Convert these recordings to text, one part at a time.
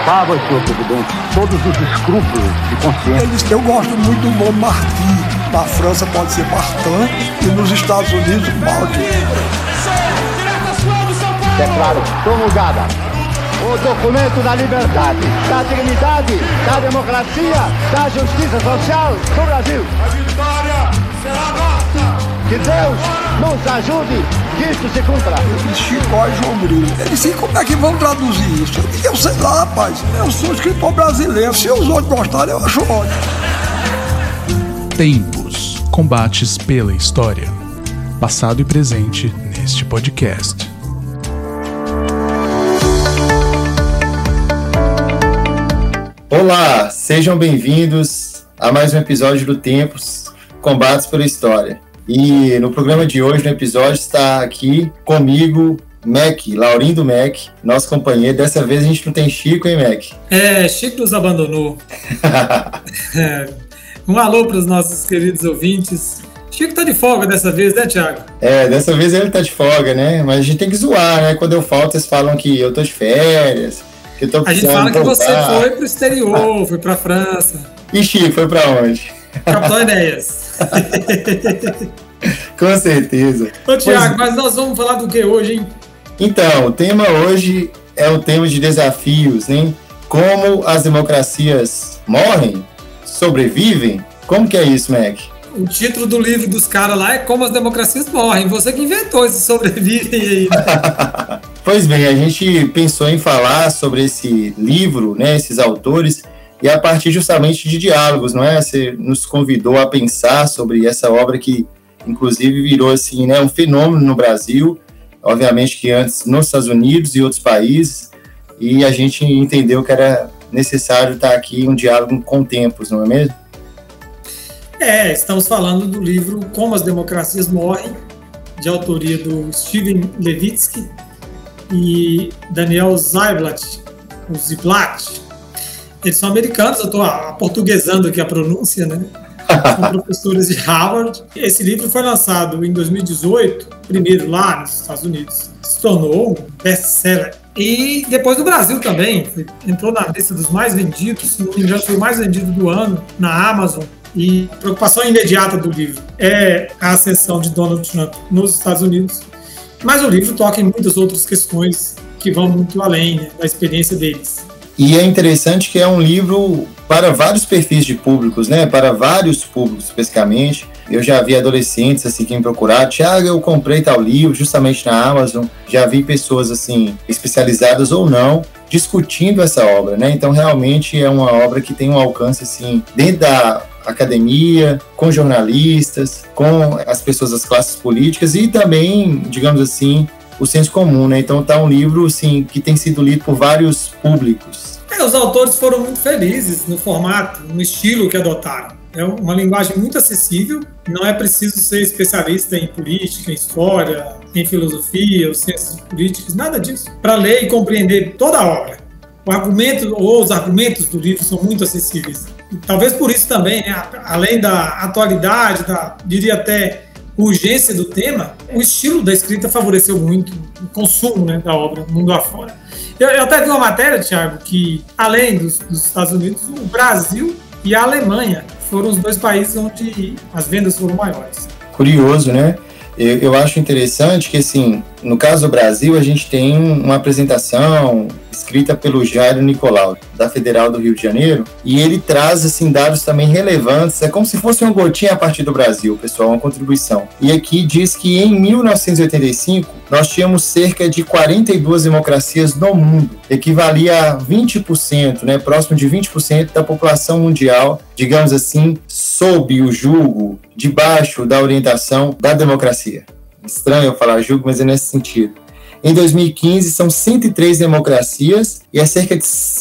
poupava, senhor presidente, todos os escrúpulos de consciência. Eu gosto muito do nome Martim. Na França pode ser Martin e nos Estados Unidos Martin. Declaro promulgada o documento da liberdade, da dignidade, da democracia, da justiça social do Brasil. A vitória será nossa! Que Deus nos ajude, que isto se cumpra. Chicó e João Grilo. Ele disse, como é que vão traduzir isso? Eu sei lá, rapaz. Eu sou escritor brasileiro. Se os outros gostarem, eu acho ótimo. Tempos, combates pela história. Passado e presente neste podcast. Olá, sejam bem-vindos a mais um episódio do Tempos, Combates pela História. E no programa de hoje, no episódio, está aqui comigo Mac, Laurindo Mac, nosso companheiro. Dessa vez a gente não tem Chico, hein, Mac? Chico nos abandonou. Um alô para os nossos queridos ouvintes. Chico tá de folga dessa vez, né, Thiago? Dessa vez ele tá de folga, né? Mas a gente tem que zoar, né? Quando eu falto, vocês falam que eu tô de férias, que eu tô precisando A gente fala voltar. Que você foi pro exterior, foi pra França. E Chico, foi pra onde? Capitão Enéas. Com certeza. Ô, Thiago, mas nós vamos falar do que hoje, hein? Então, o tema hoje é o tema de desafios, né? Como as democracias morrem, sobrevivem? Como que é isso, Mac? O título do livro dos caras lá é Como as Democracias Morrem. Você que inventou esse sobrevivem aí. Né? Pois bem, a gente pensou em falar sobre esse livro, né, esses autores, e a partir justamente de diálogos, não é? Você nos convidou a pensar sobre essa obra que, inclusive, virou assim, né, um fenômeno no Brasil, obviamente que antes nos Estados Unidos e outros países, e a gente entendeu que era necessário estar aqui um diálogo com tempos, não é mesmo? Estamos falando do livro Como as Democracias Morrem, de autoria do Steven Levitsky e Daniel Ziblatt. Eles são americanos, eu estou aportuguesando aqui a pronúncia, né? São professores de Harvard. Esse livro foi lançado em 2018, primeiro lá nos Estados Unidos, se tornou um best-seller. E depois no Brasil também, entrou na lista dos mais vendidos, se não me engano foi o mais vendido do ano, na Amazon. E a preocupação imediata do livro é a ascensão de Donald Trump nos Estados Unidos. Mas o livro toca em muitas outras questões que vão muito além, né, da experiência deles. E é interessante que é um livro para vários perfis de públicos, né? Para vários públicos, especificamente. Eu já vi adolescentes assim, que me procuraram. Thiago, eu comprei tal livro justamente na Amazon. Já vi pessoas assim, especializadas ou não, discutindo essa obra, né? Então, realmente é uma obra que tem um alcance assim, dentro da academia, com jornalistas, com as pessoas das classes políticas e também, digamos assim, o senso comum, né? Então tá um livro, assim, que tem sido lido por vários públicos. Os autores foram muito felizes no formato, no estilo que adotaram. É uma linguagem muito acessível, não é preciso ser especialista em política, em história, em filosofia, ou ciências políticas, nada disso, para ler e compreender toda a obra. O argumento ou os argumentos do livro são muito acessíveis. E talvez por isso também, né, além da atualidade, diria até urgência do tema, o estilo da escrita favoreceu muito o consumo, né, da obra, mundo afora. Eu até vi uma matéria, Thiago, que além dos Estados Unidos, o Brasil e a Alemanha foram os dois países onde as vendas foram maiores. Curioso, né? Eu acho interessante que, assim, no caso do Brasil, a gente tem uma apresentação escrita pelo Jairo Nicolau, da Federal do Rio de Janeiro, e ele traz, assim, dados também relevantes, é como se fosse uma gotinha a partir do Brasil, pessoal, uma contribuição. E aqui diz que em 1985, nós tínhamos cerca de 42 democracias no mundo, equivalia a 20%, né, próximo de 20% da população mundial, digamos assim, sob o jugo, debaixo da orientação da democracia. Estranho eu falar jugo, mas é nesse sentido. Em 2015, são 103 democracias e é cerca de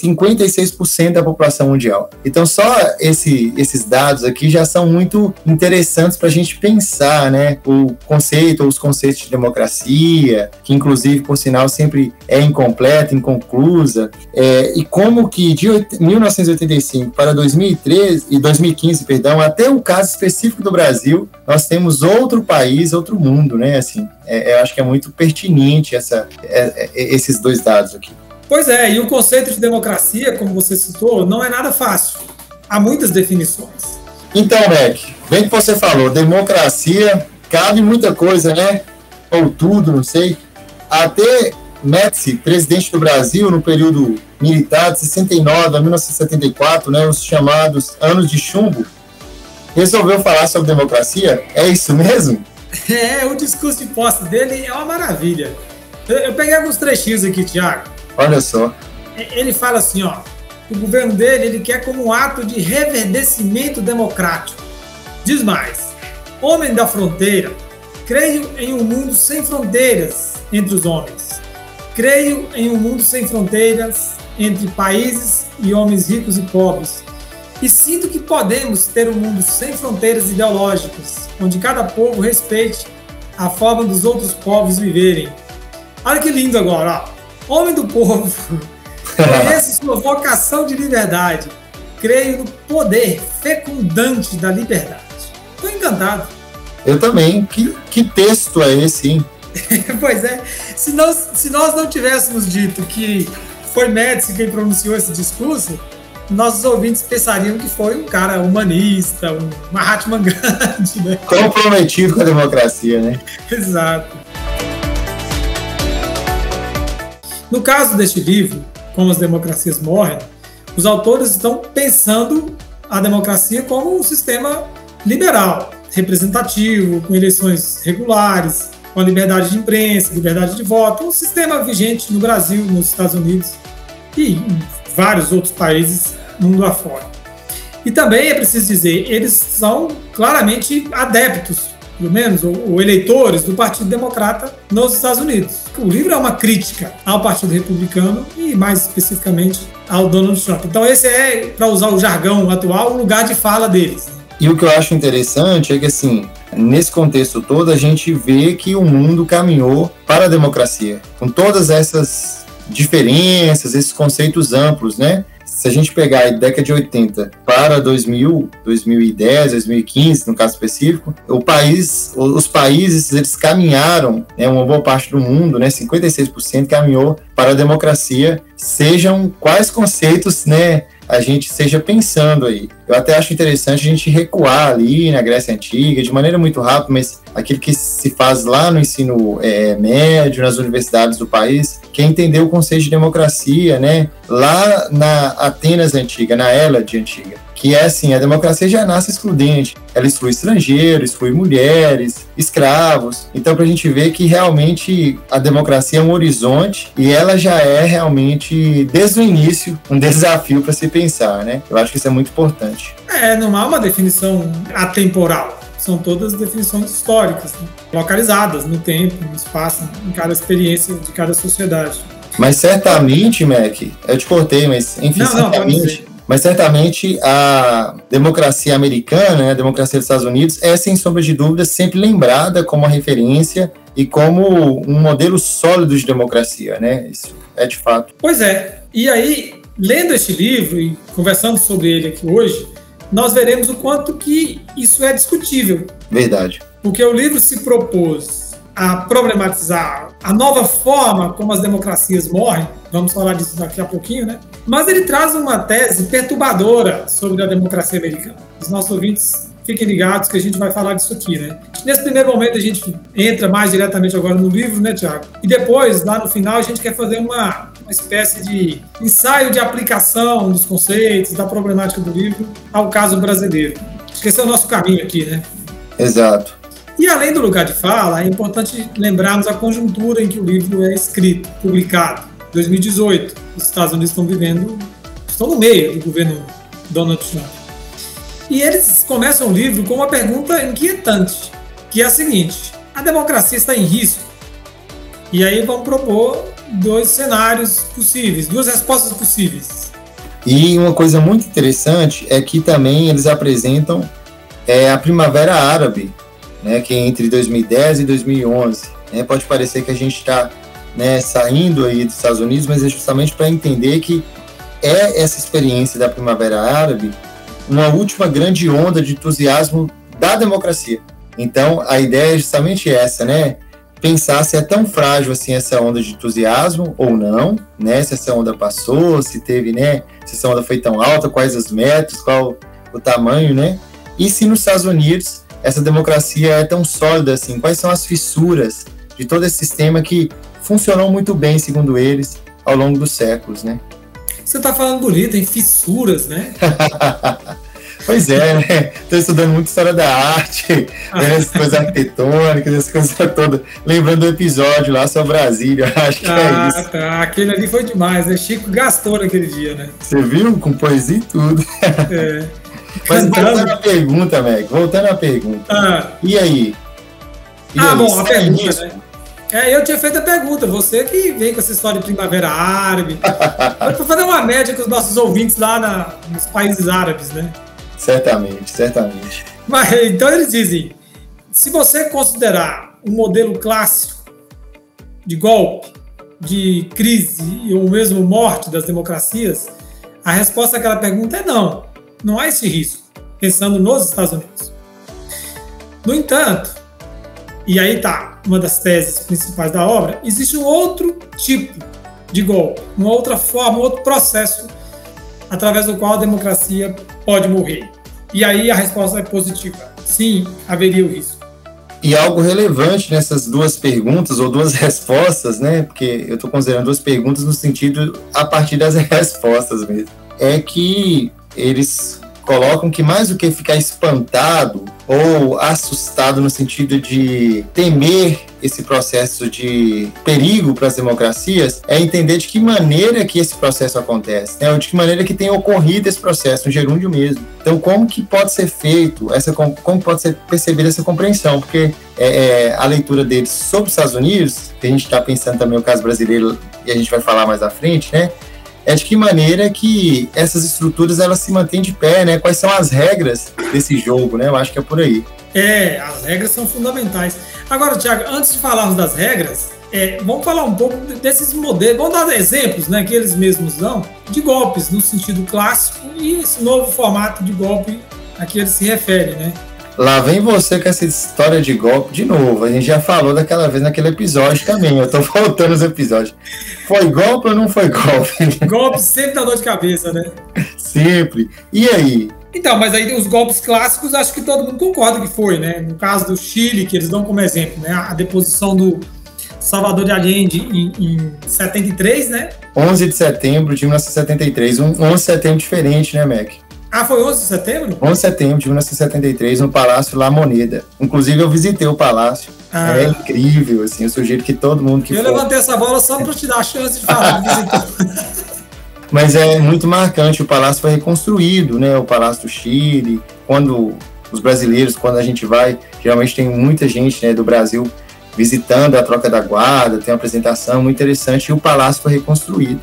56% da população mundial. Então, só esses dados aqui já são muito interessantes para a gente pensar, né, o conceito ou os conceitos de democracia, que inclusive, por sinal, sempre é incompleta, inconclusa, e como que de 1985 para 2015, até o caso específico do Brasil, nós temos outro país, outro mundo, né, assim. Eu acho que é muito pertinente esses dois dados aqui. Pois é, e o conceito de democracia, como você citou, não é nada fácil. Há muitas definições. Então, Mac, bem que você falou, democracia, cabe muita coisa, né? Ou tudo, não sei. Até Médici, presidente do Brasil no período militar de 69 a 1974, né, os chamados anos de chumbo, resolveu falar sobre democracia. É isso mesmo? O discurso de posse dele é uma maravilha. Eu peguei alguns trechinhos aqui, Tiago. Olha só. Ele fala assim, ó, o governo dele ele quer como um ato de reverdecimento democrático. Diz mais, homem da fronteira, creio em um mundo sem fronteiras entre os homens. Creio em um mundo sem fronteiras entre países e homens ricos e pobres. E sinto que podemos ter um mundo sem fronteiras ideológicas, onde cada povo respeite a forma dos outros povos viverem. Olha que lindo agora, ó. Homem do povo, conheço sua vocação de liberdade. Creio no poder fecundante da liberdade. Estou encantado. Eu também. Que texto é esse, hein? Pois é. Se nós não tivéssemos dito que foi Médici quem pronunciou esse discurso, nossos ouvintes pensariam que foi um cara humanista, um Mahatma Gandhi, né? Comprometido com a democracia, né? Exato. No caso deste livro, Como as Democracias Morrem, os autores estão pensando a democracia como um sistema liberal, representativo, com eleições regulares, com a liberdade de imprensa, liberdade de voto, um sistema vigente no Brasil, nos Estados Unidos e em vários outros países mundo afora. E também é preciso dizer, eles são claramente adeptos, pelo menos, ou eleitores do Partido Democrata nos Estados Unidos. O livro é uma crítica ao Partido Republicano e, mais especificamente, ao Donald Trump. Então esse é, para usar o jargão atual, o lugar de fala deles. E o que eu acho interessante é que, assim, nesse contexto todo, a gente vê que o mundo caminhou para a democracia, com todas essas diferenças, esses conceitos amplos, né? Se a gente pegar a década de 80 para 2000, 2010, 2015, no caso específico, os países eles caminharam, né, uma boa parte do mundo, né, 56% caminhou para a democracia, sejam quais conceitos, né, a gente esteja pensando aí. Eu até acho interessante a gente recuar ali na Grécia Antiga, de maneira muito rápida, mas aquilo que se faz lá no ensino médio, nas universidades do país, que é entender o conceito de democracia, né? Lá na Atenas Antiga, na Hélade Antiga, que é assim, a democracia já nasce excludente. Ela exclui estrangeiros, exclui mulheres, escravos. Então, para a gente ver que realmente a democracia é um horizonte e ela já é realmente, desde o início, um desafio para se pensar, né? Eu acho que isso é muito importante. Não há uma definição atemporal. São todas definições históricas, né? Localizadas no tempo, no espaço, em cada experiência de cada sociedade. Mas certamente, Mac, eu te cortei, mas enfim, certamente... Mas certamente a democracia americana, né, a democracia dos Estados Unidos, é, sem sombra de dúvida, sempre lembrada como uma referência e como um modelo sólido de democracia, né? Isso é de fato. Pois é. E aí, lendo este livro e conversando sobre ele aqui hoje, nós veremos o quanto que isso é discutível. Verdade. Porque o livro se propôs a problematizar a nova forma como as democracias morrem, vamos falar disso daqui a pouquinho, né? Mas ele traz uma tese perturbadora sobre a democracia americana. Os nossos ouvintes fiquem ligados que a gente vai falar disso aqui, né? Nesse primeiro momento a gente entra mais diretamente agora no livro, né, Tiago? E depois, lá no final, a gente quer fazer uma espécie de ensaio de aplicação dos conceitos, da problemática do livro ao caso brasileiro. Acho que esse é o nosso caminho aqui, né? Exato. E além do lugar de fala, é importante lembrarmos a conjuntura em que o livro é escrito, publicado. 2018, os Estados Unidos estão no meio do governo Donald Trump. E eles começam o livro com uma pergunta inquietante, que é a seguinte: a democracia está em risco? E aí vão propor dois cenários possíveis, duas respostas possíveis. E uma coisa muito interessante é que também eles apresentam a Primavera Árabe, né, que é entre 2010 e 2011. Pode parecer que a gente está saindo aí dos Estados Unidos, mas é justamente para entender que é essa experiência da Primavera Árabe uma última grande onda de entusiasmo da democracia. Então, a ideia é justamente essa, né? pensar se é tão frágil assim essa onda de entusiasmo ou não, né? Se essa onda passou, se teve, né? Se essa onda foi tão alta, quais os metros, qual o tamanho, né? E se nos Estados Unidos essa democracia é tão sólida assim, quais são as fissuras de todo esse sistema que funcionou muito bem, segundo eles, ao longo dos séculos, né? Você está falando bonito, tem fissuras, né? Pois é, né? Estou estudando muito história da arte, vendo as coisas arquitetônicas, as coisas todas. Lembrando do episódio lá sobre Brasília, acho que é isso. Tá. Aquele ali foi demais, né? Chico gastou naquele dia, né? Você viu? Com poesia e tudo. É. Mas voltando à pergunta, Meg, E aí? Bom, a pergunta, né? Eu tinha feito a pergunta, você que vem com essa história de primavera árabe. Para fazer uma média com os nossos ouvintes lá nos países árabes, né? Certamente. Mas, então eles dizem, se você considerar um modelo clássico de golpe, de crise ou mesmo morte das democracias, a resposta àquela pergunta é não. Não há esse risco, pensando nos Estados Unidos. No entanto, e aí está uma das teses principais da obra, existe um outro tipo de golpe, uma outra forma, um outro processo através do qual a democracia pode morrer. E aí a resposta é positiva. Sim, haveria o risco. E algo relevante nessas duas perguntas, ou duas respostas, né? Porque eu estou considerando duas perguntas no sentido a partir das respostas mesmo. É que eles colocam que mais do que ficar espantado ou assustado no sentido de temer esse processo de perigo para as democracias, é entender de que maneira que esse processo acontece, né? Ou de que maneira que tem ocorrido esse processo no gerúndio mesmo. Então, como que pode ser feito, como pode ser percebida essa compreensão? Porque a leitura deles sobre os Estados Unidos, que a gente está pensando também no caso brasileiro, e a gente vai falar mais à frente, né? É de que maneira que essas estruturas elas se mantêm de pé, né? Quais são as regras desse jogo, né? Eu acho que é por aí. As regras são fundamentais. Agora, Thiago, antes de falarmos das regras, vamos falar um pouco desses modelos, vamos dar exemplos, né, que eles mesmos dão, de golpes no sentido clássico e esse novo formato de golpe a que eles se referem, né? Lá vem você com essa história de golpe de novo. A gente já falou daquela vez naquele episódio também. Eu tô voltando os episódios. Foi golpe ou não foi golpe? Golpe sempre dá dor de cabeça, né? Sempre. E aí? Então, mas aí os golpes clássicos, acho que todo mundo concorda que foi, né? No caso do Chile, que eles dão como exemplo, né? A deposição do Salvador de Allende em 73, né? 11 de setembro de 1973. Um 11 de setembro diferente, né, Mac? Foi 11 de setembro? 11 de setembro de 1973, no Palácio La Moneda. Inclusive, eu visitei o palácio. É incrível, assim, eu sugiro que todo mundo que Eu levantei essa bola só para te dar a chance de falar de visitar. Mas é muito marcante, o palácio foi reconstruído, né? O Palácio do Chile. Quando os brasileiros, quando a gente vai, geralmente tem muita gente, né, do Brasil visitando a troca da guarda, tem uma apresentação muito interessante, e o palácio foi reconstruído.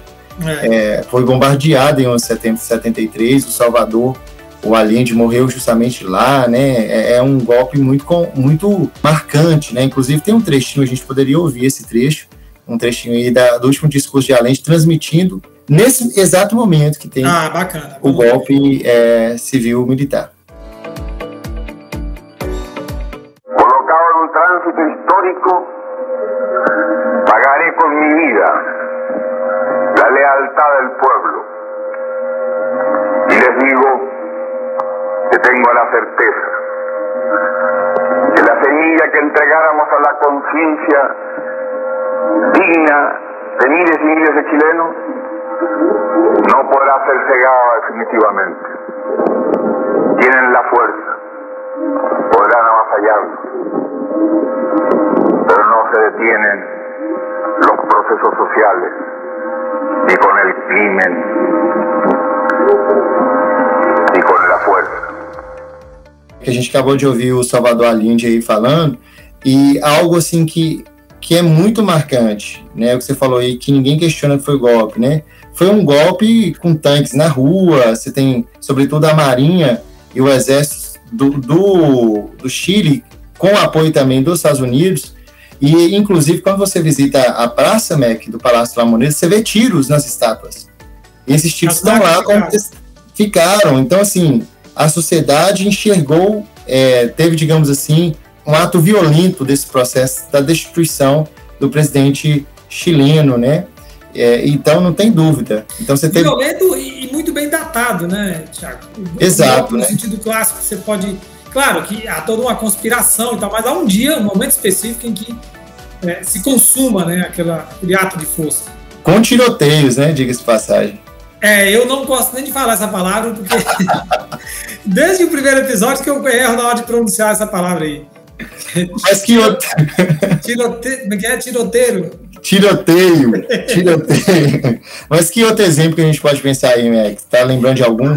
Foi bombardeado em 11 de setembro de 73, o Salvador, o Allende morreu justamente lá, né? É um golpe muito marcante, né? Inclusive tem um trechinho, a gente poderia ouvir esse trecho, um trechinho aí do último discurso de Allende, transmitindo nesse exato momento que tem bacana. O golpe civil-militar. Colocado en un tránsito histórico, pagaré con mi vida la lealtad del pueblo. Y les digo que tengo la certeza que la semilla que entregáramos a la conciencia digna de miles y miles de chilenos no podrá ser cegada definitivamente. Tienen la fuerza, podrán avasallarnos, pero no se detienen los procesos sociales ni con el crimen ni con la fuerza. Que a gente acabou de ouvir o Salvador Allende aí falando, e algo assim que é muito marcante, né? O que você falou aí, que ninguém questiona que foi golpe, né? Foi um golpe com tanques na rua, você tem, sobretudo, a Marinha e o Exército do Chile, com apoio também dos Estados Unidos, e, inclusive, quando você visita a Praça Mac do Palácio La Moneda, você vê tiros nas estátuas. E esses tiros estão lá como ficaram. Então, assim, a sociedade enxergou, teve, digamos assim, um ato violento desse processo da destituição do presidente chileno, né? Então, não tem dúvida. Então, você teve... Violento e muito bem datado, né, Thiago? Exato, no né? sentido clássico, você pode... Claro que há toda uma conspiração e tal, mas há um dia, um momento específico em que se consuma, né, aquele ato de força. Com tiroteios, né? Diga-se de passagem. Eu não gosto nem de falar essa palavra, porque desde o primeiro episódio que eu erro na hora de pronunciar essa palavra aí. Mas que outro... Como é que é? Tiroteiro? Tiroteio. Mas que outro exemplo que a gente pode pensar aí, Max? Tá lembrando de algum?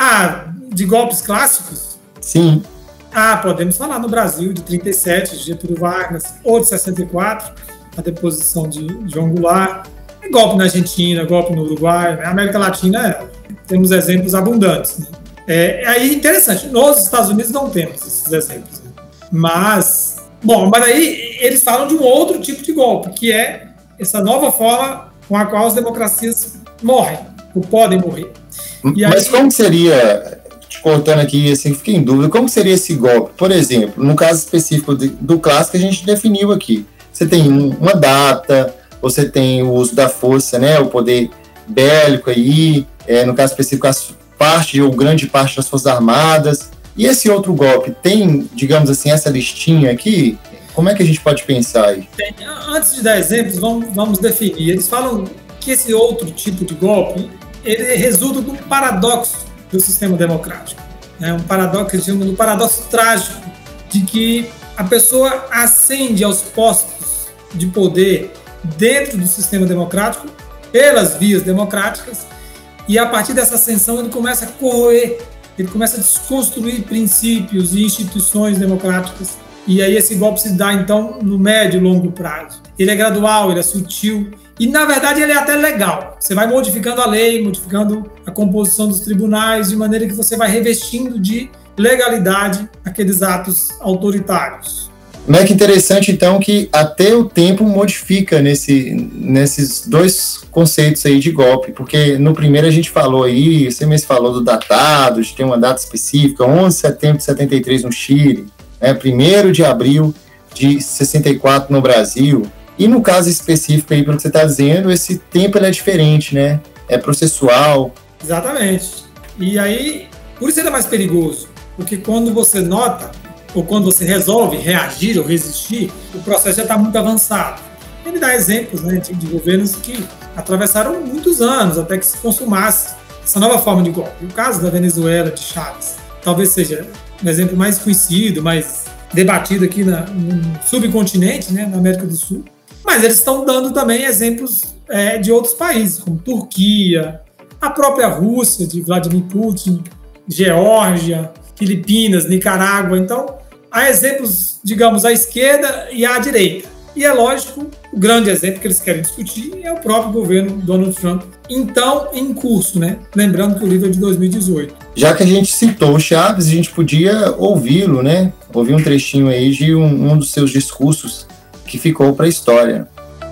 De golpes clássicos? Sim. Podemos falar no Brasil, de 37, de Getúlio Vargas, ou de 64, a deposição de João Goulart. Golpe na Argentina, golpe no Uruguai. Na América Latina, temos exemplos abundantes. Né? Aí, interessante, nos Estados Unidos não temos esses exemplos. Né? Mas aí eles falam de um outro tipo de golpe, que é essa nova forma com a qual as democracias morrem, ou podem morrer. Mas como seria... Cortando aqui, assim, fiquei em dúvida, como seria esse golpe? Por exemplo, no caso específico do clássico, a gente definiu aqui. Você tem uma data, você tem o uso da força, né, o poder bélico aí, no caso específico, parte ou grande parte das Forças Armadas. E esse outro golpe tem, digamos assim, essa listinha aqui? Como é que a gente pode pensar aí? Antes de dar exemplos, vamos definir. Eles falam que esse outro tipo de golpe, ele resulta de um paradoxo do sistema democrático. Um paradoxo que eles chamam de paradoxo trágico, de que a pessoa ascende aos postos de poder dentro do sistema democrático, pelas vias democráticas, e a partir dessa ascensão ele começa a corroer, ele começa a desconstruir princípios e instituições democráticas, e aí esse golpe se dá, então, no médio e longo prazo. Ele é gradual, ele é sutil, e, na verdade, ele é até legal. Você vai modificando a lei, modificando a composição dos tribunais, de maneira que você vai revestindo de legalidade aqueles atos autoritários. Mas que interessante, então, que até o tempo modifica nesses dois conceitos aí de golpe, porque no primeiro a gente falou aí, você mesmo falou do datado, de ter uma data específica, 11 de setembro de 73 no Chile, 1º de abril de 64 no Brasil. E no caso específico aí, pelo que você está dizendo, esse tempo ele é diferente, né? É processual. Exatamente. E aí, por isso ele é mais perigoso, porque quando você nota, ou quando você resolve reagir ou resistir, o processo já está muito avançado. Ele dá exemplos, né, de governos que atravessaram muitos anos até que se consumasse essa nova forma de golpe. O caso da Venezuela, de Chávez, talvez seja um exemplo mais conhecido, mais debatido aqui no subcontinente, né, na América do Sul. Mas eles estão dando também exemplos de outros países, como Turquia, a própria Rússia, de Vladimir Putin, Geórgia, Filipinas, Nicarágua. Então, há exemplos, digamos, à esquerda e à direita. E é lógico, o grande exemplo que eles querem discutir é o próprio governo Donald Trump, então em curso, né? Lembrando que o livro é de 2018. Já que a gente citou o Chávez, a gente podia ouvi-lo, né? Ouvir um trechinho aí de um dos seus discursos que ficou para a história.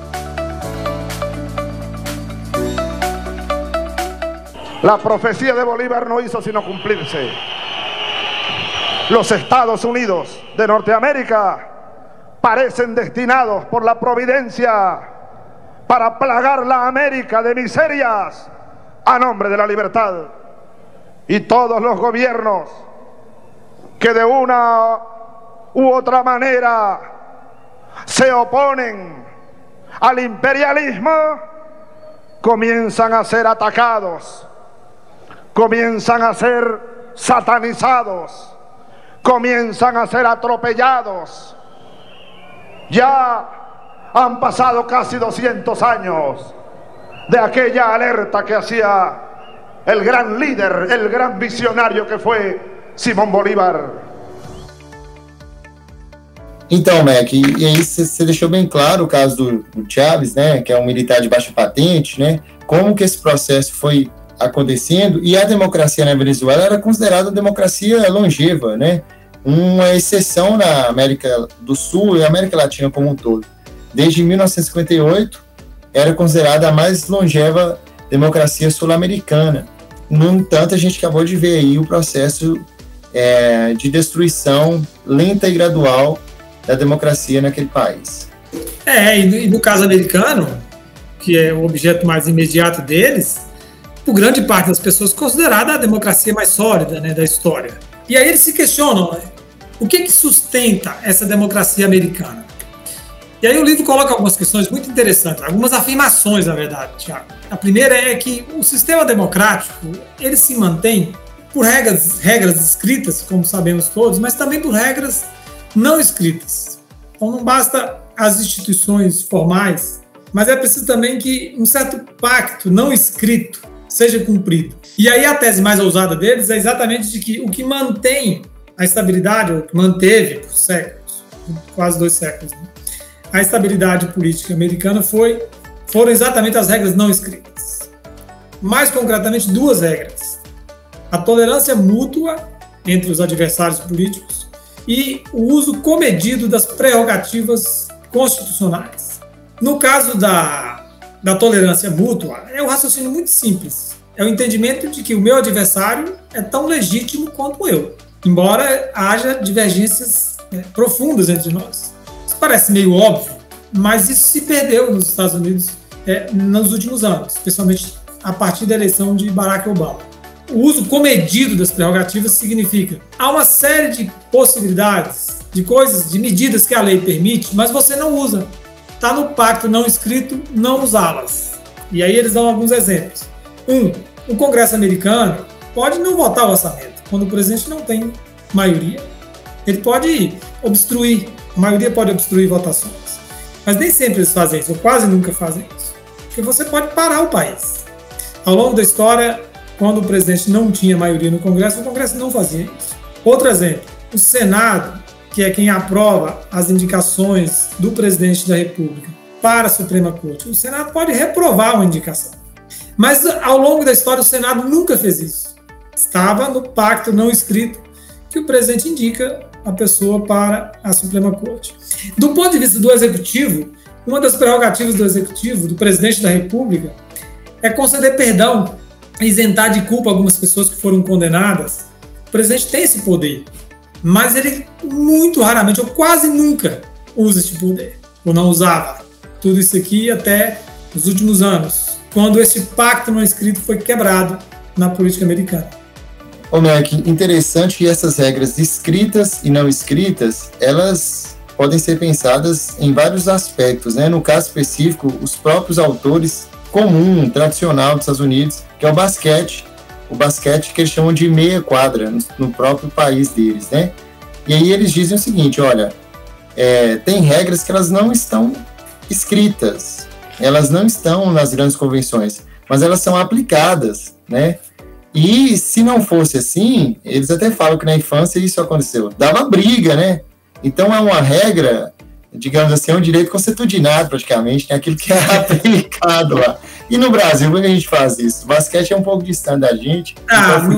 La profecía de Bolívar no hizo sino cumplirse. Los Estados Unidos de Norteamérica parecen destinados por la providencia para plagar la América de miserias a nombre de la libertad. Y todos los gobiernos que de una u otra manera se oponen al imperialismo comienzan a ser atacados, comienzan a ser satanizados, comienzan a ser atropellados. Ya han pasado casi 200 años de aquella alerta que hacía el gran líder, el gran visionario que fue Simón Bolívar. Então, Mac, e aí você deixou bem claro o caso do Chávez, né, que é um militar de baixa patente, né, como que esse processo foi acontecendo, e a democracia na Venezuela era considerada uma democracia longeva, né, uma exceção na América do Sul e América Latina como um todo. Desde 1958, era considerada a mais longeva democracia sul-americana. No entanto, a gente acabou de ver aí o processo de destruição lenta e gradual da democracia naquele país. E no caso americano, que é o objeto mais imediato deles, por grande parte das pessoas considerada a democracia mais sólida, né, da história. E aí eles se questionam, né, o que sustenta essa democracia americana? E aí o livro coloca algumas questões muito interessantes, algumas afirmações, na verdade, Thiago. A primeira é que o sistema democrático, ele se mantém por regras escritas, como sabemos todos, mas também por regras não escritas. Então não basta as instituições formais, mas é preciso também que um certo pacto não escrito seja cumprido. E aí a tese mais ousada deles é exatamente de que o que mantém a estabilidade, ou que manteve por séculos, quase 2 séculos, né, a estabilidade política americana foram exatamente as regras não escritas. Mais concretamente, 2 regras. A tolerância mútua entre os adversários políticos e o uso comedido das prerrogativas constitucionais. No caso da tolerância mútua, é um raciocínio muito simples. É o entendimento de que o meu adversário é tão legítimo quanto eu, embora haja divergências profundas entre nós. Isso parece meio óbvio, mas isso se perdeu nos Estados Unidos nos últimos anos, especialmente a partir da eleição de Barack Obama. O uso comedido das prerrogativas significa há uma série de possibilidades, de coisas, de medidas que a lei permite, mas você não usa. Está no pacto não escrito não usá-las. E aí eles dão alguns exemplos. O Congresso americano pode não votar o orçamento quando o presidente não tem maioria. Ele pode obstruir, a maioria pode obstruir votações. Mas nem sempre eles fazem isso, ou quase nunca fazem isso. Porque você pode parar o país. Ao longo da história, quando o presidente não tinha maioria no Congresso, o Congresso não fazia isso. Outro exemplo, o Senado, que é quem aprova as indicações do presidente da República para a Suprema Corte, o Senado pode reprovar uma indicação. Mas, ao longo da história, o Senado nunca fez isso. Estava no pacto não escrito que o presidente indica a pessoa para a Suprema Corte. Do ponto de vista do Executivo, uma das prerrogativas do Executivo, do presidente da República, é conceder perdão, isentar de culpa algumas pessoas que foram condenadas. O presidente tem esse poder, mas ele muito raramente, ou quase nunca, usa esse poder, ou não usava. Tudo isso aqui até os últimos anos, quando esse pacto não escrito foi quebrado na política americana. Ô, Mac, interessante que essas regras escritas e não escritas, elas podem ser pensadas em vários aspectos, né? No caso específico, os próprios autores comum, tradicional dos Estados Unidos, que é o basquete que eles chamam de meia quadra no próprio país deles, né? E aí eles dizem o seguinte, olha, tem regras que elas não estão escritas, elas não estão nas grandes convenções, mas elas são aplicadas, né? E se não fosse assim, eles até falam que na infância isso aconteceu, dava briga, né? Então é uma regra, digamos assim, é um direito consuetudinado praticamente, né? Aquilo que é aplicado lá. E no Brasil, como é que a gente faz isso? O basquete é um pouco distante da gente. No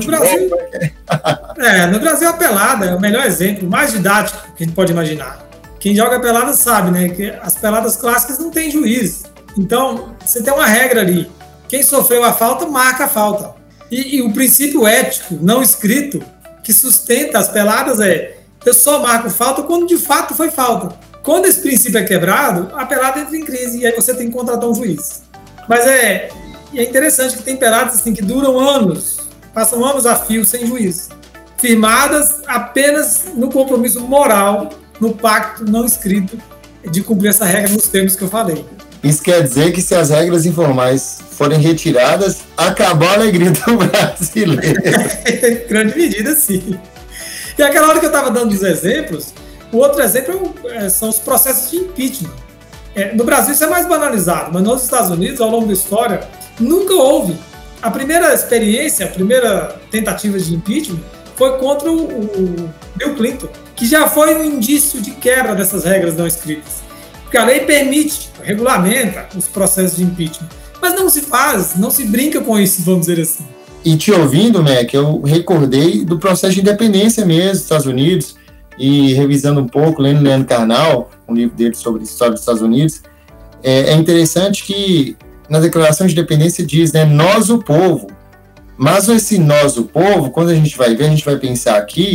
Brasil a pelada é o melhor exemplo, o mais didático que a gente pode imaginar. Quem joga pelada sabe, né? Que as peladas clássicas não tem juiz. Então, você tem uma regra ali. Quem sofreu a falta, marca a falta. E o princípio ético não escrito que sustenta as peladas eu só marco falta quando de fato foi falta. Quando esse princípio é quebrado, a pelada entra em crise e aí você tem que contratar um juiz. Mas é interessante que tem peladas assim, que duram anos, passam anos a fio sem juiz, firmadas apenas no compromisso moral, no pacto não escrito de cumprir essa regra nos termos que eu falei. Isso quer dizer que se as regras informais forem retiradas, acabou a alegria do brasileiro. Em grande medida, sim. E aquela hora que eu estava dando os exemplos, o outro exemplo são os processos de impeachment. No Brasil isso é mais banalizado, mas nos Estados Unidos, ao longo da história, nunca houve. A primeira experiência, a primeira tentativa de impeachment foi contra o Bill Clinton, que já foi um indício de quebra dessas regras não escritas. Porque a lei permite, regulamenta os processos de impeachment. Mas não se faz, não se brinca com isso, vamos dizer assim. E te ouvindo, Mac, eu recordei do processo de independência mesmo dos Estados Unidos, e revisando um pouco, lendo Leandro Carnal, um livro dele sobre a história dos Estados Unidos, é interessante que na Declaração de Independência diz, né, nós o povo. Mas esse nós o povo, quando a gente vai ver, a gente vai pensar aqui,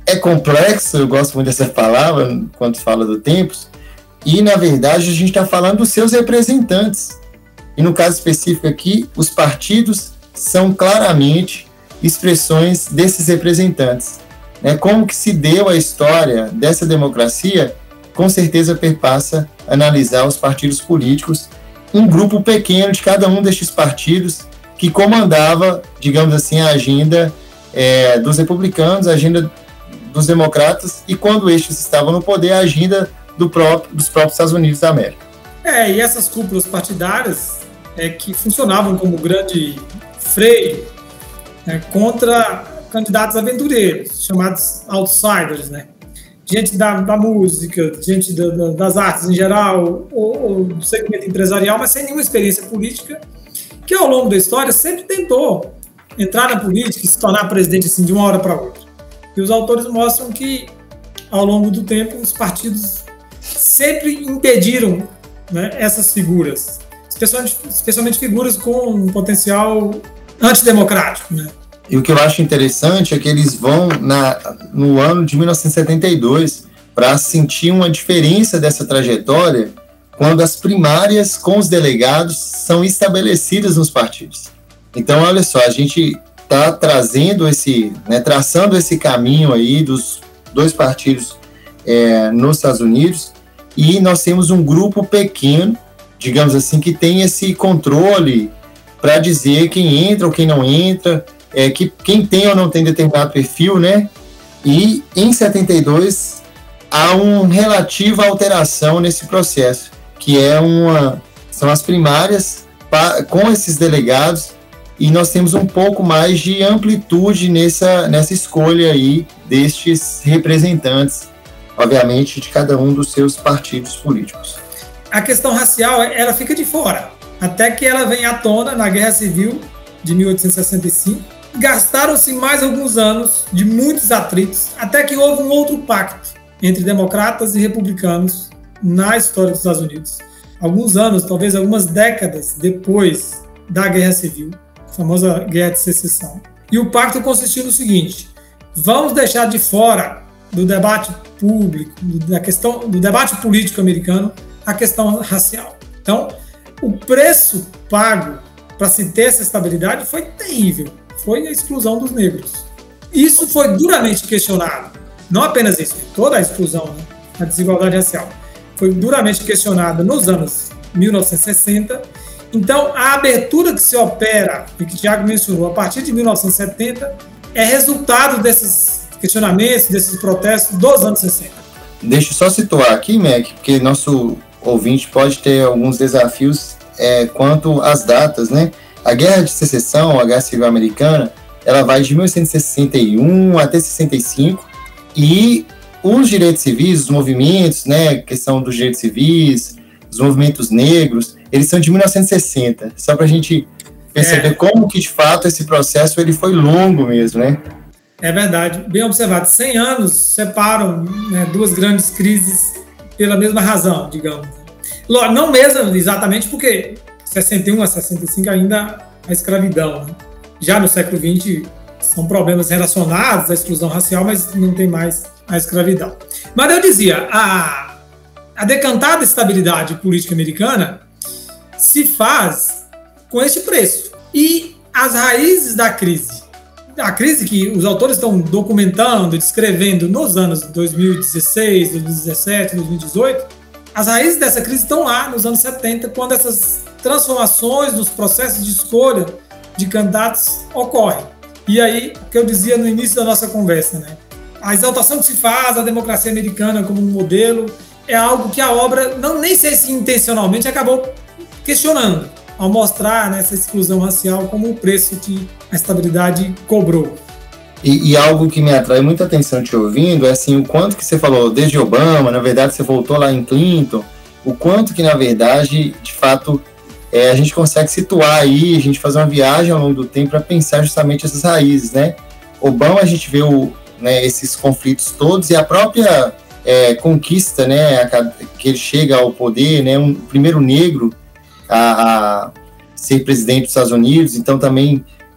é complexo, eu gosto muito dessa palavra quando fala do tempos, e na verdade a gente está falando dos seus representantes. E no caso específico aqui, os partidos são claramente expressões desses representantes. Como que se deu a história dessa democracia, com certeza perpassa analisar os partidos políticos, um grupo pequeno de cada um destes partidos que comandava, digamos assim, a agenda dos republicanos, a agenda dos democratas, e quando estes estavam no poder, a agenda dos próprios Estados Unidos da América. E essas cúpulas partidárias que funcionavam como grande freio contra candidatos aventureiros, chamados outsiders, gente da música, gente das artes em geral, ou do segmento empresarial, mas sem nenhuma experiência política, que ao longo da história sempre tentou entrar na política e se tornar presidente assim, de uma hora para outra. E os autores mostram que, ao longo do tempo, os partidos sempre impediram essas figuras, especialmente figuras com um potencial antidemocrático. E o que eu acho interessante é que eles vão no ano de 1972 para sentir uma diferença dessa trajetória quando as primárias com os delegados são estabelecidas nos partidos. Então, olha só, a gente está traçando esse caminho aí dos dois partidos nos Estados Unidos, e nós temos um grupo pequeno, digamos assim, que tem esse controle para dizer quem entra ou quem não entra, quem tem ou não tem determinado perfil, E em 72 há uma relativa alteração nesse processo, que são as primárias com esses delegados, e nós temos um pouco mais de amplitude nessa escolha aí destes representantes, obviamente, de cada um dos seus partidos políticos. A questão racial, ela fica de fora, até que ela vem à tona na Guerra Civil de 1865. Gastaram-se mais alguns anos de muitos atritos, até que houve um outro pacto entre democratas e republicanos na história dos Estados Unidos. Alguns anos, talvez algumas décadas depois da Guerra Civil, a famosa Guerra de Secessão. E o pacto consistiu no seguinte: vamos deixar de fora do debate público, do debate político americano, a questão racial. Então, o preço pago para se ter essa estabilidade foi terrível. Foi a exclusão dos negros. Isso foi duramente questionado. Não apenas isso, toda a exclusão, a desigualdade racial, foi duramente questionada nos anos 1960. Então, a abertura que se opera, e que o Tiago mencionou, a partir de 1970, é resultado desses questionamentos, desses protestos dos anos 60. Deixa eu só situar aqui, Mac, porque nosso ouvinte pode ter alguns desafios quanto às datas, A Guerra de Secessão, a Guerra Civil Americana, ela vai de 1861 até 65, e os direitos civis, os movimentos, questão dos direitos civis, os movimentos negros, eles são de 1960, só para a gente perceber como que, de fato, esse processo ele foi longo mesmo, É verdade, bem observado. 100 anos separam duas grandes crises pela mesma razão, digamos. Não mesmo exatamente porque 61 a 65 ainda a escravidão. Já no século XX são problemas relacionados à exclusão racial, mas não tem mais a escravidão. Mas eu dizia, a decantada estabilidade política americana se faz com este preço. E as raízes da crise, a crise que os autores estão documentando, descrevendo nos anos 2016, 2017, 2018, as raízes dessa crise estão lá nos anos 70, quando essas transformações nos processos de escolha de candidatos ocorrem. E aí, o que eu dizia no início da nossa conversa, a exaltação que se faz da democracia americana como um modelo é algo que a obra, nem sei se intencionalmente, acabou questionando, ao mostrar essa exclusão racial como o preço que a estabilidade cobrou. E algo que me atrai muita atenção te ouvindo é assim, o quanto que você falou desde Obama, na verdade você voltou lá em Clinton, o quanto que na verdade, de fato, a gente consegue situar aí, a gente fazer uma viagem ao longo do tempo para pensar justamente essas raízes, Obama, a gente vê esses conflitos todos, e a própria conquista, que ele chega ao poder, um primeiro negro a ser presidente dos Estados Unidos, então também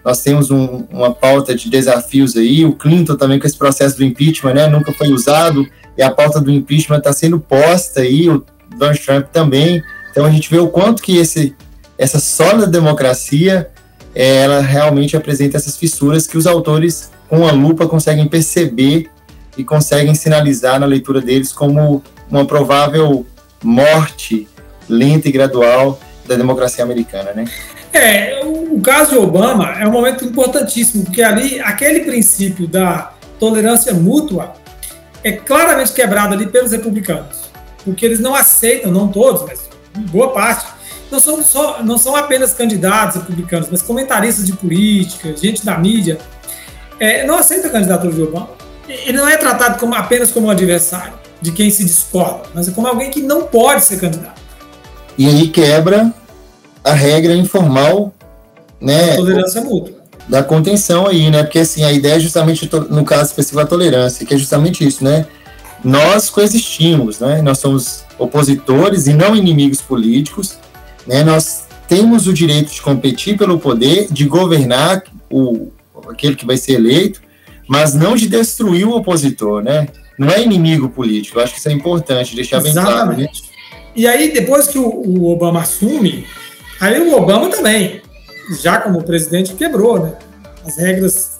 Nós temos uma pauta de desafios aí, o Clinton também com esse processo do impeachment, né, nunca foi usado, e a pauta do impeachment está sendo posta aí, o Donald Trump também. Então a gente vê o quanto que essa sólida democracia, ela realmente apresenta essas fissuras que os autores, com a lupa, conseguem perceber e conseguem sinalizar na leitura deles como uma provável morte lenta e gradual da democracia americana, né? O caso de Obama é um momento importantíssimo, porque ali, aquele princípio da tolerância mútua é claramente quebrado ali pelos republicanos, porque eles não aceitam, não todos, mas boa parte, não são apenas candidatos republicanos, mas comentaristas de política, gente da mídia, não aceita a candidatura de Obama. Ele não é tratado apenas como um adversário, de quem se discorda, mas como alguém que não pode ser candidato. E aí quebra a regra informal, né, tolerância mútua, da contenção aí, né, porque assim, a ideia é justamente, no caso específico da tolerância, que é justamente isso, né, nós coexistimos, né, nós somos opositores e não inimigos políticos, né, nós temos o direito de competir pelo poder, de governar aquele que vai ser eleito, mas não de destruir o opositor, né, não é inimigo político. Eu acho que isso é importante deixar bem claro, né? E aí, depois que o Obama assume, aí o Obama também, já como presidente, quebrou, né, as regras,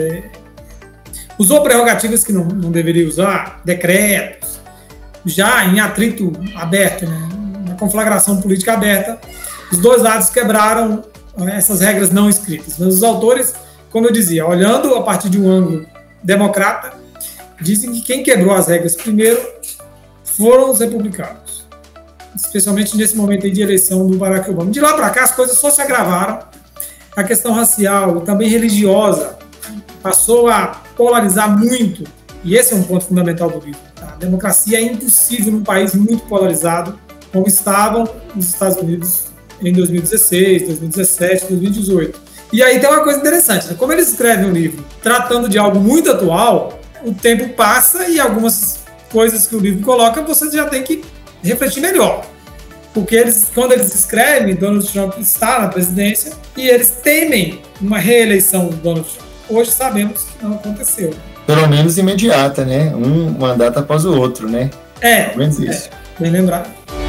usou prerrogativas que não deveria usar, decretos, já em atrito aberto, né, na conflagração política aberta, os dois lados quebraram essas regras não escritas. Mas os autores, como eu dizia, olhando a partir de um ângulo democrata, dizem que quem quebrou as regras primeiro foram os republicanos, especialmente nesse momento aí de eleição do Barack Obama. De lá para cá, as coisas só se agravaram. A questão racial, também religiosa, passou a polarizar muito, e esse é um ponto fundamental do livro. A democracia é impossível num país muito polarizado, como estavam os Estados Unidos em 2016, 2017, 2018. E aí tem uma coisa interessante, né? Como eles escrevem o livro tratando de algo muito atual, o tempo passa e algumas coisas que o livro coloca você já tem que refletir melhor. Porque quando eles escrevem, Donald Trump está na presidência e eles temem uma reeleição do Donald Trump. Hoje sabemos que não aconteceu. Pelo menos imediata, né? Um mandato após o outro, né? Pelo menos isso. Bem lembrado.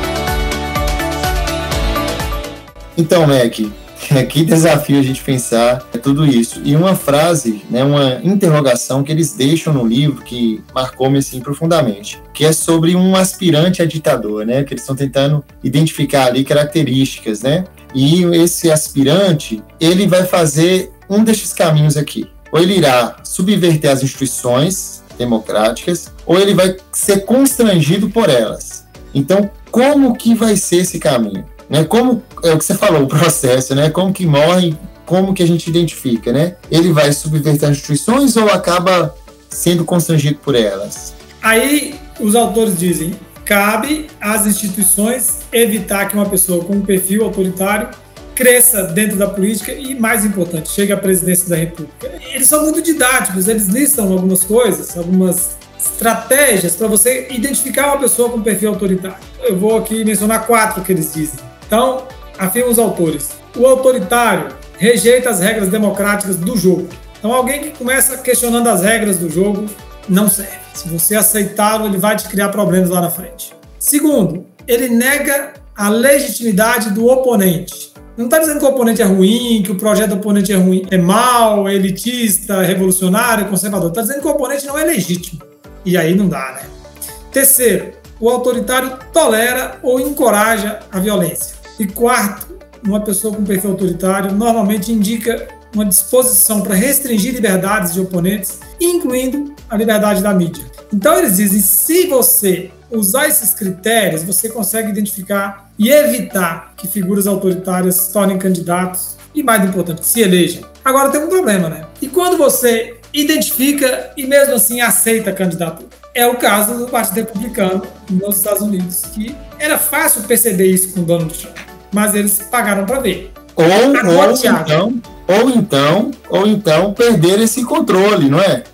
Então, Mac, que desafio a gente pensar tudo isso. E uma frase, né, uma interrogação que eles deixam no livro que marcou-me assim profundamente, que é sobre um aspirante a ditador, né, que eles estão tentando identificar ali características, né, e esse aspirante, ele vai fazer um desses caminhos aqui. Ou ele irá subverter as instituições democráticas, ou ele vai ser constrangido por elas. Então, como que vai ser esse caminho? Né, como é o que você falou, o processo, né, como que morre, como que a gente identifica, né? Ele vai subverter as instituições ou acaba sendo constrangido por elas? Aí os autores dizem, cabe às instituições evitar que uma pessoa com um perfil autoritário cresça dentro da política e, mais importante, chegue à presidência da República. Eles são muito didáticos, eles listam algumas coisas, algumas estratégias para você identificar uma pessoa com perfil autoritário. Eu vou aqui mencionar 4 que eles dizem. Então, afirmam os autores, o autoritário rejeita as regras democráticas do jogo. Então, alguém que começa questionando as regras do jogo não serve. Se você aceitá-lo, ele vai te criar problemas lá na frente. Segundo, ele nega a legitimidade do oponente. Não está dizendo que o oponente é ruim, que o projeto do oponente é ruim, é mau, é elitista, revolucionário, conservador. Está dizendo que o oponente não é legítimo. E aí não dá, né? Terceiro, o autoritário tolera ou encoraja a violência. E quarto, uma pessoa com perfil autoritário normalmente indica uma disposição para restringir liberdades de oponentes, incluindo a liberdade da mídia. Então eles dizem, se você usar esses critérios, você consegue identificar e evitar que figuras autoritárias se tornem candidatos e, mais importante, se elejam. Agora tem um problema, né? E quando você identifica e mesmo assim aceita a candidatura? É o caso do Partido Republicano nos Estados Unidos, que era fácil perceber isso com Donald Trump, mas eles pagaram para ver. Ou então perder esse controle, não é?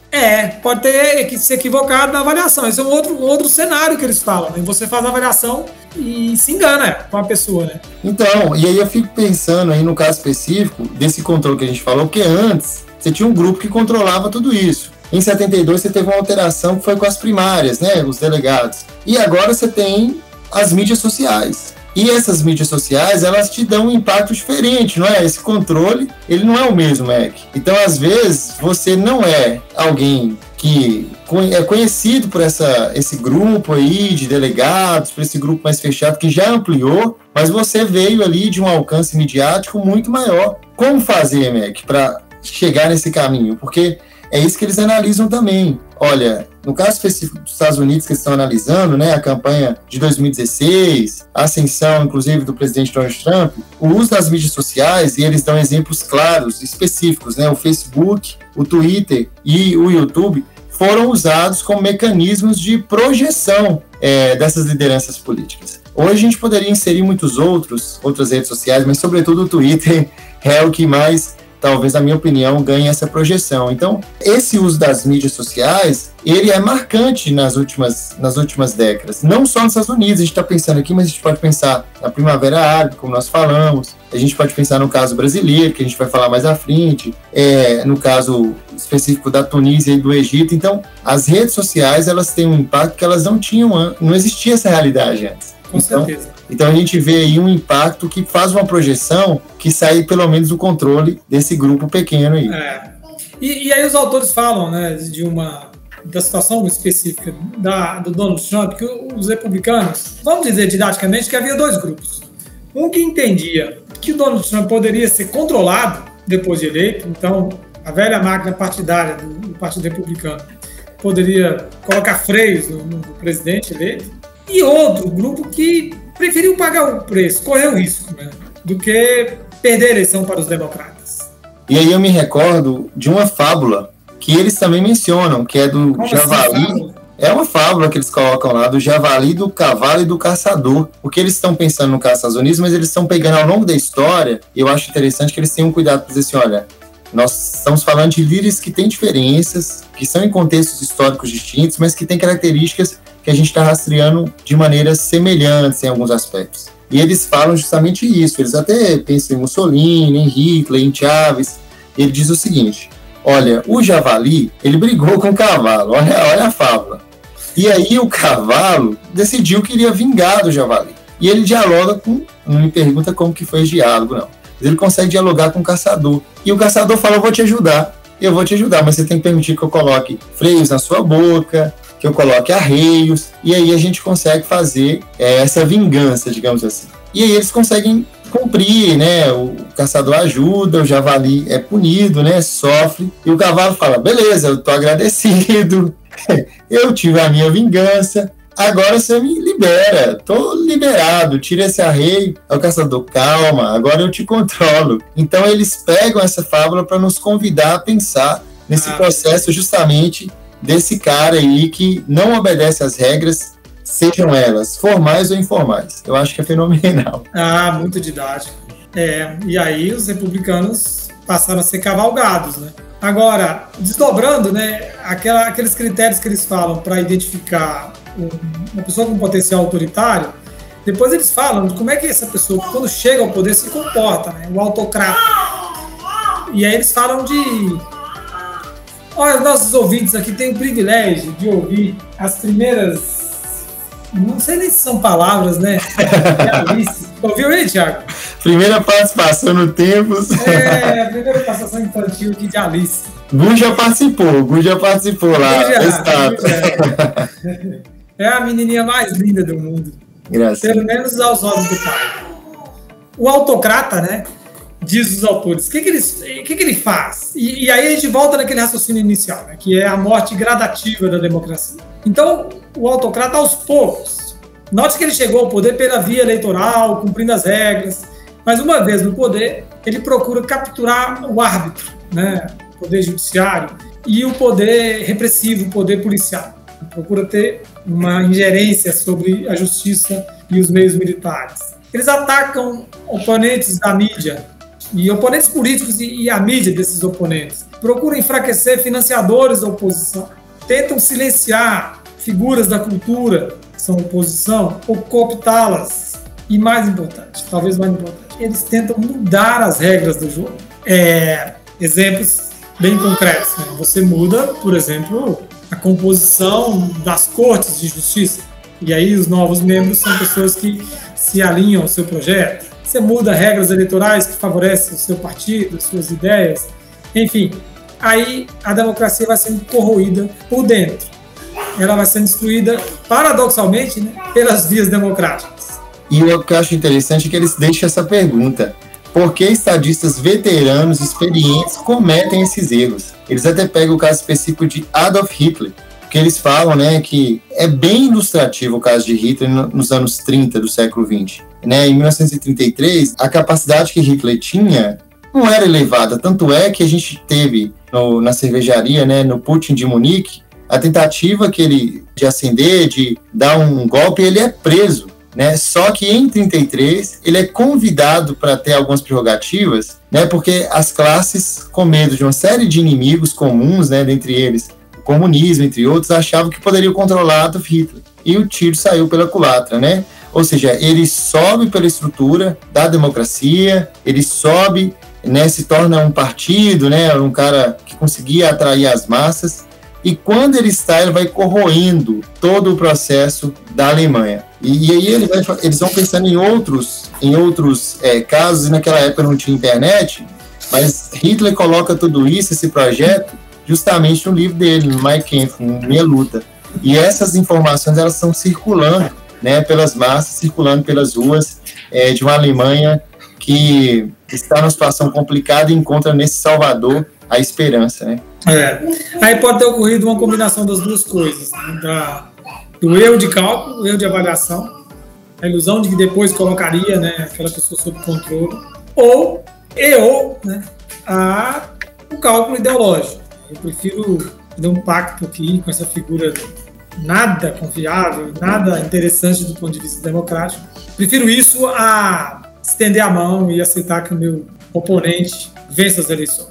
Pode ter se equivocado na avaliação. Esse é um outro cenário que eles falam, né? Você faz a avaliação e se engana com a pessoa, né? Então, e aí eu fico pensando aí no caso específico desse controle que a gente falou, porque antes você tinha um grupo que controlava tudo isso. Em 72 você teve uma alteração que foi com as primárias, né, os delegados. E agora você tem as mídias sociais. E essas mídias sociais, elas te dão um impacto diferente, não é? Esse controle, ele não é o mesmo, Mac. Então, às vezes, você não é alguém que é conhecido por esse grupo aí de delegados, por esse grupo mais fechado, que já ampliou, mas você veio ali de um alcance midiático muito maior. Como fazer, Mac, para chegar nesse caminho? Porque é isso que eles analisam também. Olha, no caso específico dos Estados Unidos que eles estão analisando, né, a campanha de 2016, a ascensão, inclusive, do presidente Donald Trump, o uso das mídias sociais, e eles dão exemplos claros, específicos, né, o Facebook, o Twitter e o YouTube foram usados como mecanismos de projeção dessas lideranças políticas. Hoje a gente poderia inserir outras redes sociais, mas sobretudo o Twitter é o que mais, talvez, na minha opinião, ganhe essa projeção. Então, esse uso das mídias sociais, ele é marcante nas últimas décadas. Não só nos Estados Unidos, a gente está pensando aqui, mas a gente pode pensar na Primavera Árabe, como nós falamos, a gente pode pensar no caso brasileiro, que a gente vai falar mais à frente, no caso específico da Tunísia e do Egito. Então, as redes sociais, elas têm um impacto que elas não tinham, não existia essa realidade antes. Com certeza. Então a gente vê aí um impacto que faz uma projeção que sai pelo menos do controle desse grupo pequeno aí. E aí os autores falam, né, da situação específica do Donald Trump, que os republicanos, vamos dizer didaticamente, que havia dois grupos. Um que entendia que o Donald Trump poderia ser controlado depois de eleito, então a velha máquina partidária do Partido Republicano poderia colocar freios no presidente eleito, e outro grupo que preferiu pagar o preço, correr o risco, né, do que perder a eleição para os democratas. E aí eu me recordo de uma fábula que eles também mencionam, que é do javali. Assim, é uma fábula que eles colocam lá, do javali, do cavalo e do caçador. Porque eles estão pensando no caso dos Estados Unidos, mas eles estão pegando ao longo da história, e eu acho interessante que eles tenham cuidado para dizer assim, olha, nós estamos falando de líderes que têm diferenças, que são em contextos históricos distintos, mas que têm características que a gente está rastreando de maneiras semelhantes em alguns aspectos. E eles falam justamente isso, eles até pensam em Mussolini, em Hitler, em Chávez. Ele diz o seguinte, olha, o javali, ele brigou com o cavalo, olha a fábula. E aí o cavalo decidiu que iria vingar do javali. E ele dialoga não me pergunta como que foi esse diálogo, não. Mas ele consegue dialogar com o caçador. E o caçador fala, eu vou te ajudar, mas você tem que permitir que eu coloque freios na sua boca, que eu coloque arreios, e aí a gente consegue fazer essa vingança, digamos assim. E aí eles conseguem cumprir, né? O caçador ajuda, o javali é punido, né? Sofre, e o cavalo fala, beleza, eu tô agradecido, eu tive a minha vingança, agora você me libera, tô liberado, tira esse arreio. Aí o caçador, calma, agora eu te controlo. Então eles pegam essa fábula para nos convidar a pensar nesse processo justamente desse cara aí que não obedece às regras, sejam elas formais ou informais. Eu acho que é fenomenal. Muito didático. E aí os republicanos passaram a ser cavalgados, né? Agora, desdobrando, né, aqueles critérios que eles falam para identificar uma pessoa com potencial autoritário, depois eles falam de como é que essa pessoa, quando chega ao poder, se comporta, né? O autocrata. E aí eles falam de... Olha, os nossos ouvintes aqui têm o privilégio de ouvir as primeiras... Não sei nem se são palavras, né? Alice. Ouviu aí, Thiago? Primeira participação no Tempos. A primeira participação infantil aqui de Alice. Gu já participou lá. É a menininha mais linda do mundo. Graças. Pelo menos aos olhos do pai. O autocrata, né? Diz os autores. O que ele faz? E aí a gente volta naquele raciocínio inicial, né, que é a morte gradativa da democracia. Então, o autocrata, aos poucos, note que ele chegou ao poder pela via eleitoral, cumprindo as regras, mas uma vez no poder, ele procura capturar o árbitro, né, o poder judiciário, e o poder repressivo, o poder policial. Ele procura ter uma ingerência sobre a justiça e os meios militares. Eles atacam oponentes da mídia e oponentes políticos e a mídia desses oponentes procuram enfraquecer financiadores da oposição, tentam silenciar figuras da cultura que são oposição ou cooptá-las. E mais importante, talvez mais importante, eles tentam mudar as regras do jogo. Exemplos bem concretos, né? Você muda, por exemplo, a composição das cortes de justiça. E aí os novos membros são pessoas que se alinham ao seu projeto. Você muda regras eleitorais que favorecem o seu partido, as suas ideias. Enfim, aí a democracia vai sendo corroída por dentro. Ela vai sendo destruída, paradoxalmente, né, pelas vias democráticas. E o que eu acho interessante é que eles deixam essa pergunta: por que estadistas veteranos, experientes, cometem esses erros? Eles até pegam o caso específico de Adolf Hitler, que eles falam, né, que é bem ilustrativo o caso de Hitler nos anos 30 do século XX. Né, em 1933, a capacidade que Hitler tinha não era elevada, tanto é que a gente teve na cervejaria, né, no Putin de Munique, a tentativa de ascender, de dar um golpe, ele é preso. Né? Só que em 1933 ele é convidado para ter algumas prerrogativas, né? Porque as classes, com medo de uma série de inimigos comuns, né, dentre eles o comunismo, entre outros, achavam que poderiam controlar Adolf Hitler. E o tiro saiu pela culatra, né? Ou seja, ele sobe pela estrutura da democracia, ele sobe, né, se torna um partido, né, um cara que conseguia atrair as massas, e quando ele vai corroendo todo o processo da Alemanha. E aí eles vão pensando em outros casos, e naquela época não tinha internet, mas Hitler coloca tudo isso, esse projeto, justamente no livro dele, no Mein Kampf, Minha Luta. E essas informações, elas estão circulando, né, pelas massas, circulando pelas ruas de uma Alemanha que está numa situação complicada e encontra nesse Salvador a esperança, né? Aí pode ter ocorrido uma combinação das duas coisas, né? Do erro de cálculo, o erro de avaliação, a ilusão de que depois colocaria, né, aquela pessoa sob controle, ou né, o cálculo ideológico. Eu prefiro dar um pacto aqui com essa figura nada confiável, nada interessante do ponto de vista democrático. Prefiro isso a estender a mão e aceitar que o meu oponente vença as eleições.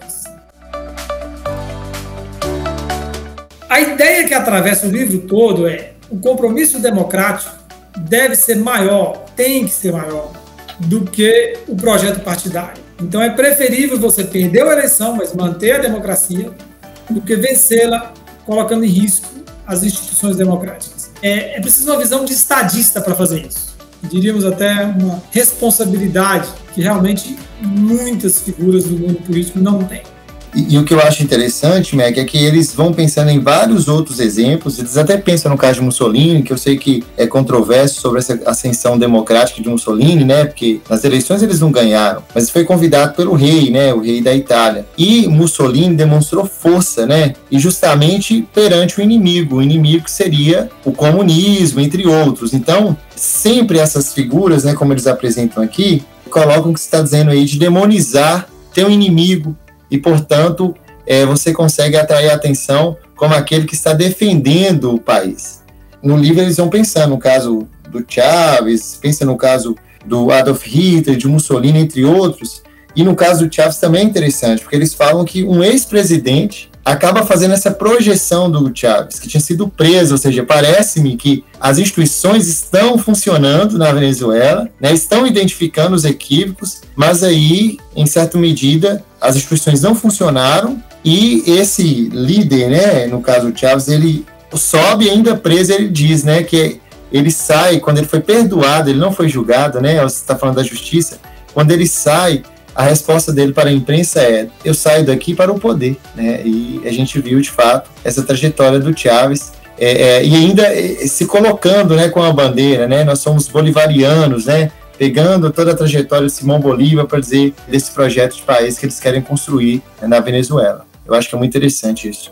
A ideia que atravessa o livro todo é: o compromisso democrático deve ser maior, tem que ser maior, do que o projeto partidário. Então é preferível você perder a eleição, mas manter a democracia, do que vencê-la colocando em risco as instituições democráticas. É preciso uma visão de estadista para fazer isso. Diríamos até uma responsabilidade que realmente muitas figuras do mundo político não têm. E o que eu acho interessante, Mac, é que eles vão pensando em vários outros exemplos. Eles até pensam no caso de Mussolini, que eu sei que é controverso sobre essa ascensão democrática de Mussolini, né? Porque nas eleições eles não ganharam, mas foi convidado pelo rei, né? O rei da Itália. E Mussolini demonstrou força, né? E justamente perante o inimigo que seria o comunismo, entre outros. Então, sempre essas figuras, né, como eles apresentam aqui, colocam o que você está dizendo aí de demonizar, ter um inimigo, e, portanto, você consegue atrair a atenção como aquele que está defendendo o país. No livro eles vão pensando no caso do Chávez, pensa no caso do Adolf Hitler, de Mussolini, entre outros, e no caso do Chávez também é interessante, porque eles falam que um ex-presidente acaba fazendo essa projeção do Chávez, que tinha sido preso, ou seja, parece-me que as instituições estão funcionando na Venezuela, né, estão identificando os equívocos, mas aí, em certa medida, as instituições não funcionaram e esse líder, né, no caso do Chávez, ele sobe ainda preso, ele diz, né, que ele sai, quando ele foi perdoado, ele não foi julgado, né, você está falando da justiça, quando ele sai, a resposta dele para a imprensa é: eu saio daqui para o poder, né? E a gente viu, de fato, essa trajetória do Chávez, e ainda se colocando, né, com a bandeira, né? Nós somos bolivarianos, né? Pegando toda a trajetória de Simão Bolívar para dizer desse projeto de país que eles querem construir, né, na Venezuela. Eu acho que é muito interessante isso.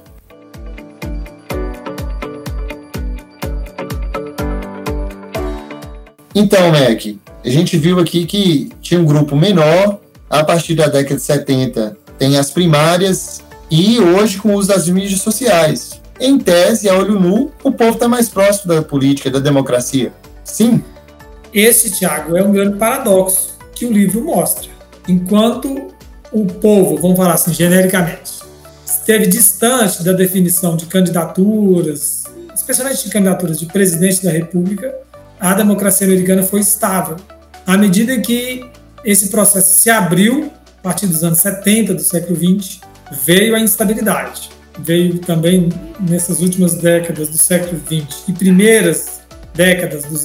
Então, Mac, a gente viu aqui que tinha um grupo menor. A partir da década de 70, tem as primárias e hoje, com o uso das mídias sociais. Em tese, a olho nu, o povo está mais próximo da política, da democracia. Sim. Esse, Thiago, é um grande paradoxo que o livro mostra. Enquanto o povo, vamos falar assim, genericamente, esteve distante da definição de candidaturas, especialmente de candidaturas de presidente da República, a democracia americana foi estável. À medida em que esse processo se abriu, a partir dos anos 70 do século XX, veio a instabilidade. Veio também nessas últimas décadas do século XX e primeiras décadas do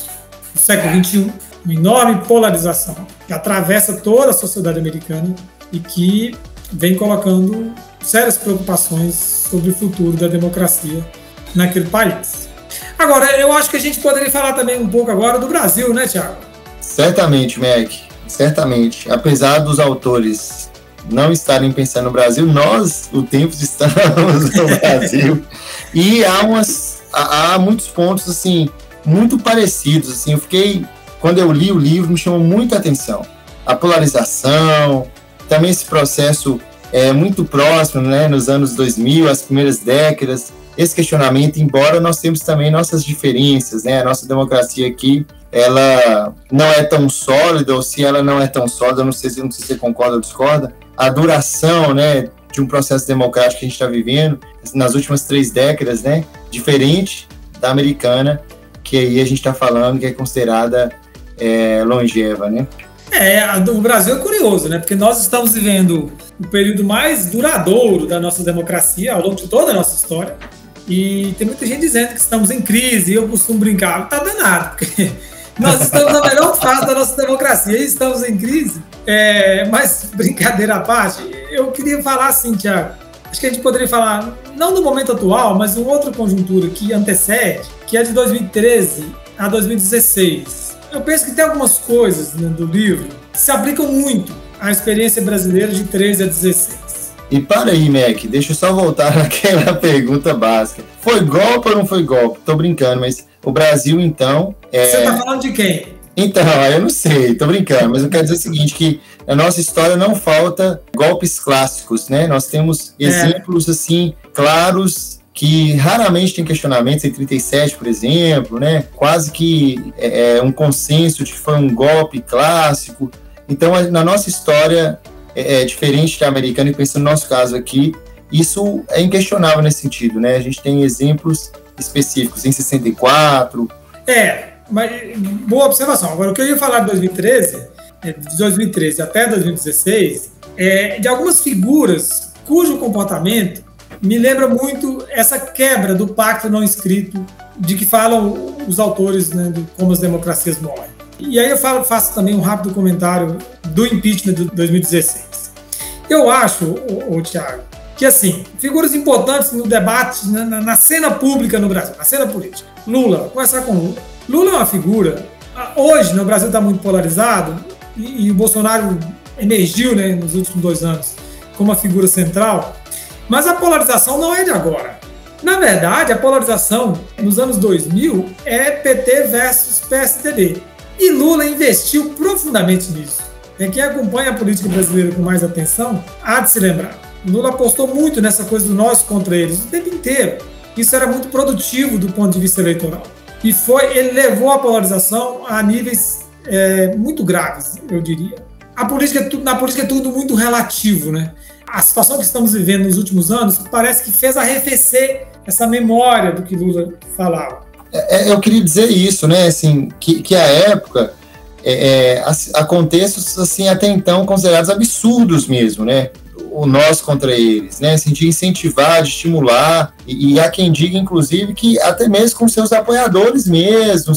século XXI, uma enorme polarização que atravessa toda a sociedade americana e que vem colocando sérias preocupações sobre o futuro da democracia naquele país. Agora, eu acho que a gente poderia falar também um pouco agora do Brasil, né, Thiago? Certamente, Mac, certamente. Apesar dos autores não estarem pensando no Brasil, nós, o tempo, estamos no Brasil. E há muitos pontos, assim, muito parecidos, assim. Quando eu li o livro, me chamou muita atenção. A polarização, também esse processo muito próximo, né, nos anos 2000, as primeiras décadas, esse questionamento, embora nós temos também nossas diferenças, né, a nossa democracia aqui, ela não é tão sólida, ou se ela não é tão sólida, não sei se você concorda ou discorda, a duração, né, de um processo democrático que a gente está vivendo nas últimas 3 décadas, né, diferente da americana, que aí a gente está falando que é considerada longeva, né? O Brasil é curioso, né? Porque nós estamos vivendo o período mais duradouro da nossa democracia ao longo de toda a nossa história. E tem muita gente dizendo que estamos em crise, e eu costumo brincar, tá danado, porque nós estamos na melhor fase da nossa democracia e estamos em crise. Mas, brincadeira à parte, eu queria falar assim, Thiago, acho que a gente poderia falar, não do momento atual, mas uma outra conjuntura que antecede, que é de 2013 a 2016. Eu penso que tem algumas coisas, né, do livro que se aplicam muito à experiência brasileira de 13 a 16. E para aí, Mac, deixa eu só voltar naquela pergunta básica. Foi golpe ou não foi golpe? Tô brincando, mas o Brasil, então... Você tá falando de quem? Então, eu não sei, tô brincando, mas eu quero dizer o seguinte, que na nossa história não falta golpes clássicos, né? Nós temos exemplos, assim, claros, que raramente tem questionamentos, em 37, por exemplo, né? Quase que um consenso de que foi um golpe clássico. Então, na nossa história, diferente da americana, e pensando no nosso caso aqui, isso é inquestionável nesse sentido, né? A gente tem exemplos específicos em 64. Mas boa observação. Agora, o que eu ia falar de 2013 até 2016, de algumas figuras cujo comportamento me lembra muito essa quebra do pacto não escrito de que falam os autores, né, de como as democracias morrem. E aí eu faço também um rápido comentário do impeachment de 2016. Eu acho, Thiago, que assim, figuras importantes no debate, na cena pública no Brasil, na cena política. Lula, vou começar com Lula. Lula é uma figura, hoje no Brasil está muito polarizado, e o Bolsonaro emergiu, né, nos últimos 2 anos como uma figura central, mas a polarização não é de agora. Na verdade, a polarização nos anos 2000 é PT versus PSDB. E Lula investiu profundamente nisso. Quem acompanha a política brasileira com mais atenção há de se lembrar. Lula apostou muito nessa coisa do nós contra eles o tempo inteiro. Isso era muito produtivo do ponto de vista eleitoral. E ele levou a polarização a níveis muito graves, eu diria. Na política é tudo muito relativo, né? A situação que estamos vivendo nos últimos anos parece que fez arrefecer essa memória do que Lula falava. Eu queria dizer isso, né? Assim, que a época, há contextos assim, até então considerados absurdos mesmo, né? O nós contra eles, né? Assim, de incentivar, de estimular, e há quem diga, inclusive, que até mesmo com seus apoiadores mesmo,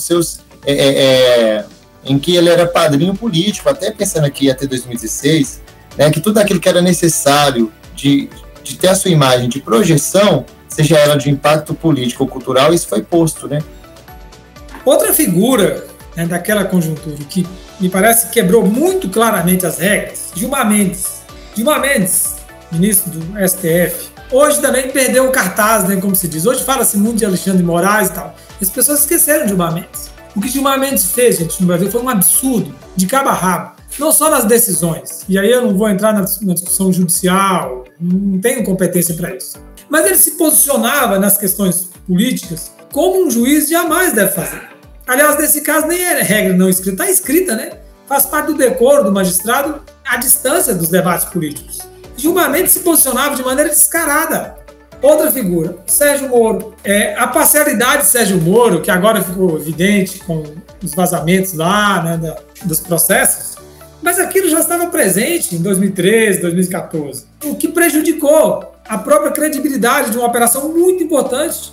em que ele era padrinho político, até pensando aqui até 2016, né, que tudo aquilo que era necessário de ter a sua imagem de projeção, seja ela de impacto político ou cultural, isso foi posto, né? Outra figura, né, daquela conjuntura que me parece que quebrou muito claramente as regras, Gilmar Mendes. Gilmar Mendes, ministro do STF, hoje também perdeu o cartaz, né, como se diz. Hoje fala-se muito de Alexandre de Moraes e tal. As pessoas esqueceram de Gilmar Mendes. O que Gilmar Mendes fez, gente, no Brasil foi um absurdo, de cabo a rabo. Não só nas decisões, e aí eu não vou entrar na discussão judicial, não tenho competência para isso. Mas ele se posicionava nas questões políticas como um juiz jamais deve fazer. Aliás, nesse caso nem é regra não escrita, está escrita, né? Faz parte do decoro do magistrado à distância dos debates políticos. Gilmar Mendes se posicionava de maneira descarada. Outra figura, Sérgio Moro. A parcialidade de Sérgio Moro, que agora ficou evidente com os vazamentos lá, né, dos processos, mas aquilo já estava presente em 2013, 2014, o que prejudicou a própria credibilidade de uma operação muito importante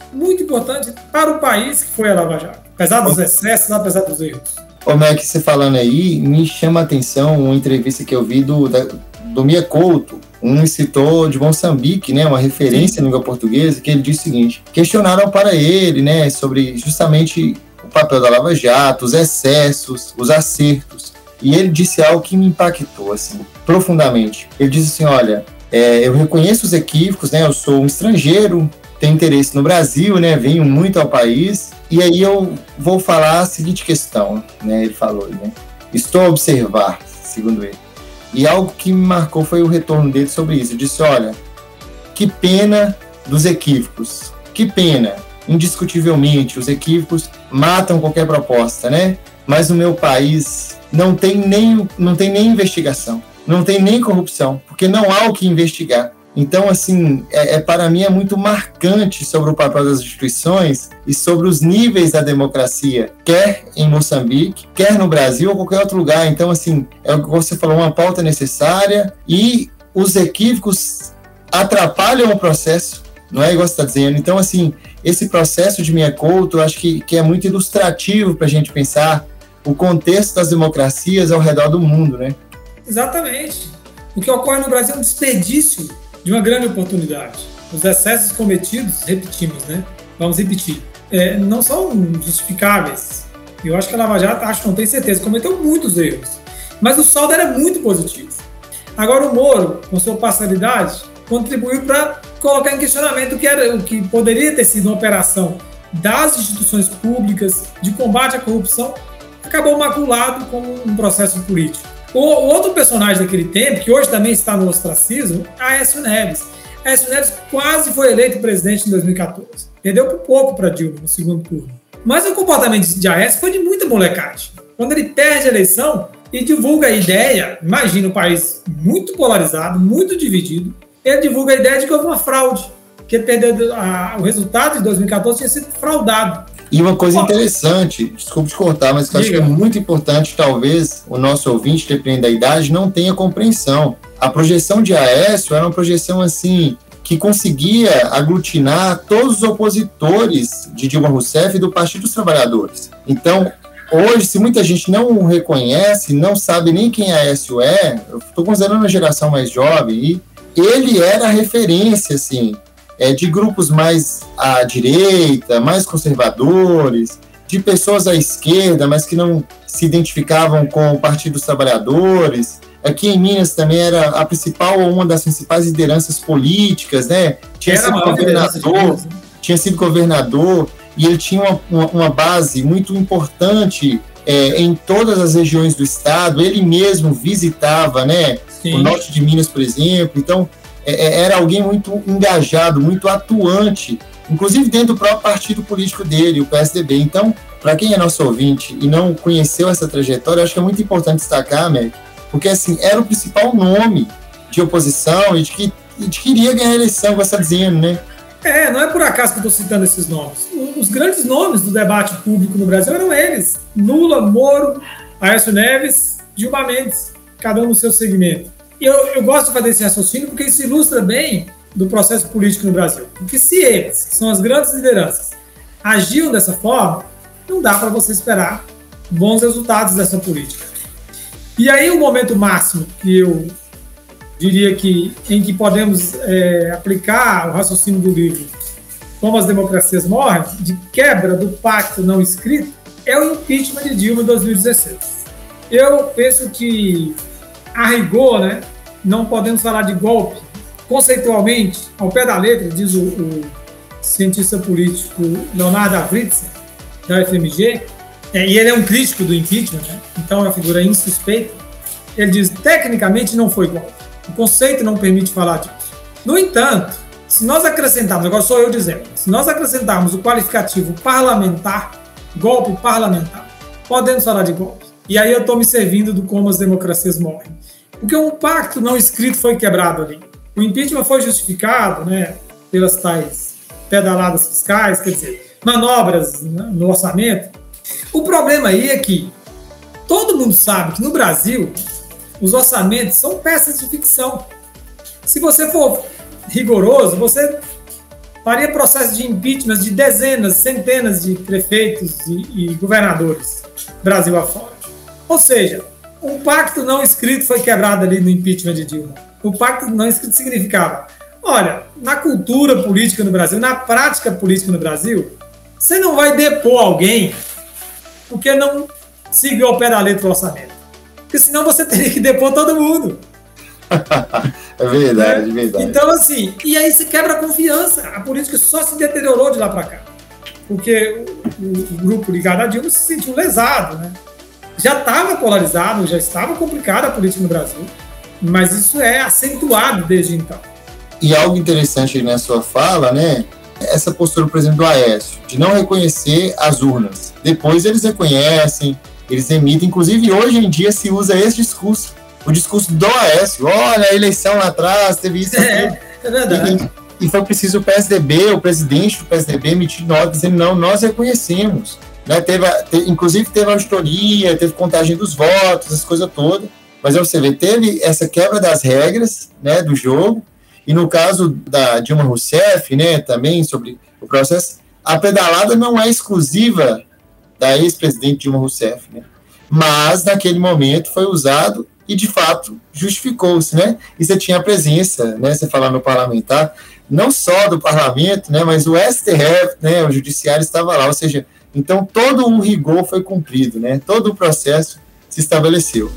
para o país, que foi a Lava Jato, apesar dos excessos, apesar dos erros. Ô, Mac, você falando aí, me chama a atenção uma entrevista que eu vi do Mia Couto, um escritor de Moçambique, né, uma referência em língua portuguesa, que ele diz o seguinte: questionaram para ele, né, sobre justamente o papel da Lava Jato, os excessos, os acertos, e ele disse algo que me impactou, assim, profundamente. Ele disse assim, olha, eu reconheço os equívocos, né, eu sou um estrangeiro, tenho interesse no Brasil, né, venho muito ao país, e aí eu vou falar a seguinte questão, né, ele falou, né, estou a observar, segundo ele. E algo que me marcou foi o retorno dele sobre isso. Ele disse, olha, que pena dos equívocos, que pena, indiscutivelmente, os equívocos matam qualquer proposta, né? Mas no meu país não tem nem investigação, não tem nem corrupção, porque não há o que investigar. Então, assim, para mim é muito marcante sobre o papel das instituições e sobre os níveis da democracia, quer em Moçambique, quer no Brasil ou qualquer outro lugar. Então, assim, é o que você falou, uma pauta necessária, e os equívocos atrapalham o processo, não é igual você está dizendo. Então, assim, esse processo de Mia Couto, eu acho que é muito ilustrativo para a gente pensar o contexto das democracias ao redor do mundo, né? Exatamente. O que ocorre no Brasil é um desperdício de uma grande oportunidade. Os excessos cometidos, repetimos, né? Vamos repetir. Não são justificáveis. Eu acho que a Lava Jato, não tenho certeza, cometeu muitos erros. Mas o saldo era muito positivo. Agora o Moro, com sua parcialidade, contribuiu para colocar em questionamento o que poderia ter sido uma operação das instituições públicas de combate à corrupção, acabou maculado com um processo político. O outro personagem daquele tempo, que hoje também está no ostracismo, é Aécio Neves. Aécio Neves quase foi eleito presidente em 2014. Perdeu por pouco para Dilma no segundo turno. Mas o comportamento de Aécio foi de muita molecagem. Quando ele perde a eleição e divulga a ideia, imagina um país muito polarizado, muito dividido, ele divulga a ideia de que houve uma fraude, que ele perdeu o resultado de 2014 tinha sido fraudado. E uma coisa interessante, desculpe te cortar, mas que eu acho que é muito importante, talvez o nosso ouvinte, dependendo da idade, não tenha compreensão. A projeção de Aécio era uma projeção assim, que conseguia aglutinar todos os opositores de Dilma Rousseff e do Partido dos Trabalhadores. Então, hoje, se muita gente não o reconhece, não sabe nem quem Aécio é, eu estou considerando a geração mais jovem, e ele era a referência, assim, de grupos mais à direita, mais conservadores, de pessoas à esquerda, mas que não se identificavam com o Partido dos Trabalhadores. Aqui em Minas também era a principal, uma das principais lideranças políticas, né? Tinha sido governador, e ele tinha uma base muito importante em todas as regiões do estado. Ele mesmo visitava, né? O norte de Minas, por exemplo. Então, era alguém muito engajado, muito atuante, inclusive dentro do próprio partido político dele, o PSDB. Então, para quem é nosso ouvinte e não conheceu essa trajetória, eu acho que é muito importante destacar, Mac, porque assim, era o principal nome de oposição e de que iria ganhar a eleição, você está dizendo, né? Não é por acaso que eu estou citando esses nomes. Os grandes nomes do debate público no Brasil eram eles: Lula, Moro, Aécio Neves, Gilmar Mendes, cada um no seu segmento. E eu gosto de fazer esse raciocínio porque isso ilustra bem do processo político no Brasil. Porque se eles, que são as grandes lideranças, agiam dessa forma, não dá para você esperar bons resultados dessa política. E aí o momento máximo que eu diria em que podemos aplicar o raciocínio do livro Como as Democracias Morrem, de quebra do pacto não escrito, é o impeachment de Dilma em 2016. Eu penso que, a rigor, né, não podemos falar de golpe. Conceitualmente, ao pé da letra, diz o cientista político Leonardo Avritzer, da FMG, e ele é um crítico do impeachment, né, então é uma figura insuspeita. Ele diz, tecnicamente não foi golpe. O conceito não permite falar disso. No entanto, se nós acrescentarmos, agora sou eu dizendo, se nós acrescentarmos o qualificativo parlamentar, golpe parlamentar, podemos falar de golpe. E aí eu estou me servindo do Como as Democracias Morrem. Porque um pacto não escrito foi quebrado ali. O impeachment foi justificado, né, pelas tais pedaladas fiscais, quer dizer, manobras no orçamento. O problema aí é que todo mundo sabe que no Brasil os orçamentos são peças de ficção. Se você for rigoroso, você faria processo de impeachment de dezenas, centenas de prefeitos e governadores, Brasil afora. Ou seja, um pacto não escrito foi quebrado ali no impeachment de Dilma. O pacto não escrito significava, olha, na cultura política no Brasil, na prática política no Brasil, você não vai depor alguém porque não seguiu ao pé da letra o orçamento. Porque senão você teria que depor todo mundo. É verdade, é verdade. Então, assim, e aí você quebra a confiança. A política só se deteriorou de lá para cá. Porque o grupo ligado a Dilma se sentiu lesado, né? Já estava polarizado, já estava complicada a política no Brasil, mas isso é acentuado desde então. E algo interessante na sua fala, né? Essa postura, por exemplo, do Aécio, de não reconhecer as urnas. Depois eles reconhecem, eles emitem, inclusive hoje em dia se usa esse discurso, o discurso do Aécio. Olha, a eleição lá atrás, teve isso. É verdade. E foi preciso o PSDB, o presidente do PSDB emitir nota dizendo, não, nós reconhecemos. Né? Inclusive teve auditoria, teve contagem dos votos, essas coisas todas. Mas aí você vê, teve essa quebra das regras, né, do jogo. E no caso da Dilma Rousseff, né, também sobre o processo, a pedalada não é exclusiva da ex-presidente Dilma Rousseff, né? Mas naquele momento foi usado e de fato justificou-se, né? E você tinha a presença, né, você fala no parlamentar, não só do parlamento, né, mas o STF, né, o judiciário estava lá, ou seja, então todo o rigor foi cumprido, né? Todo o processo se estabeleceu.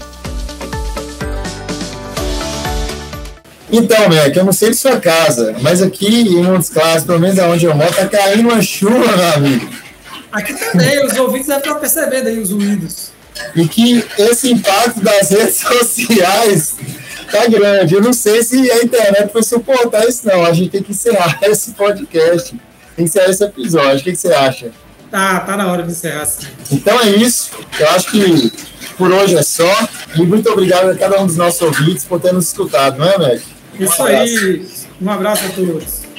Então, Mac, eu não sei de sua casa, mas aqui em Montes Claros, pelo menos onde eu moro, tá caindo uma chuva, meu amigo. Aqui também, os ouvintes devem estar percebendo aí os ruídos. E que esse impacto das redes sociais tá grande. Eu não sei se a internet vai suportar isso, não. A gente tem que encerrar esse podcast, tem que encerrar esse episódio. O que você acha? Tá na hora de encerrar, sim. Então é isso. Eu acho que por hoje é só. E muito obrigado a cada um dos nossos ouvintes por ter nos escutado, não é, Mac? Isso aí. Um abraço a todos.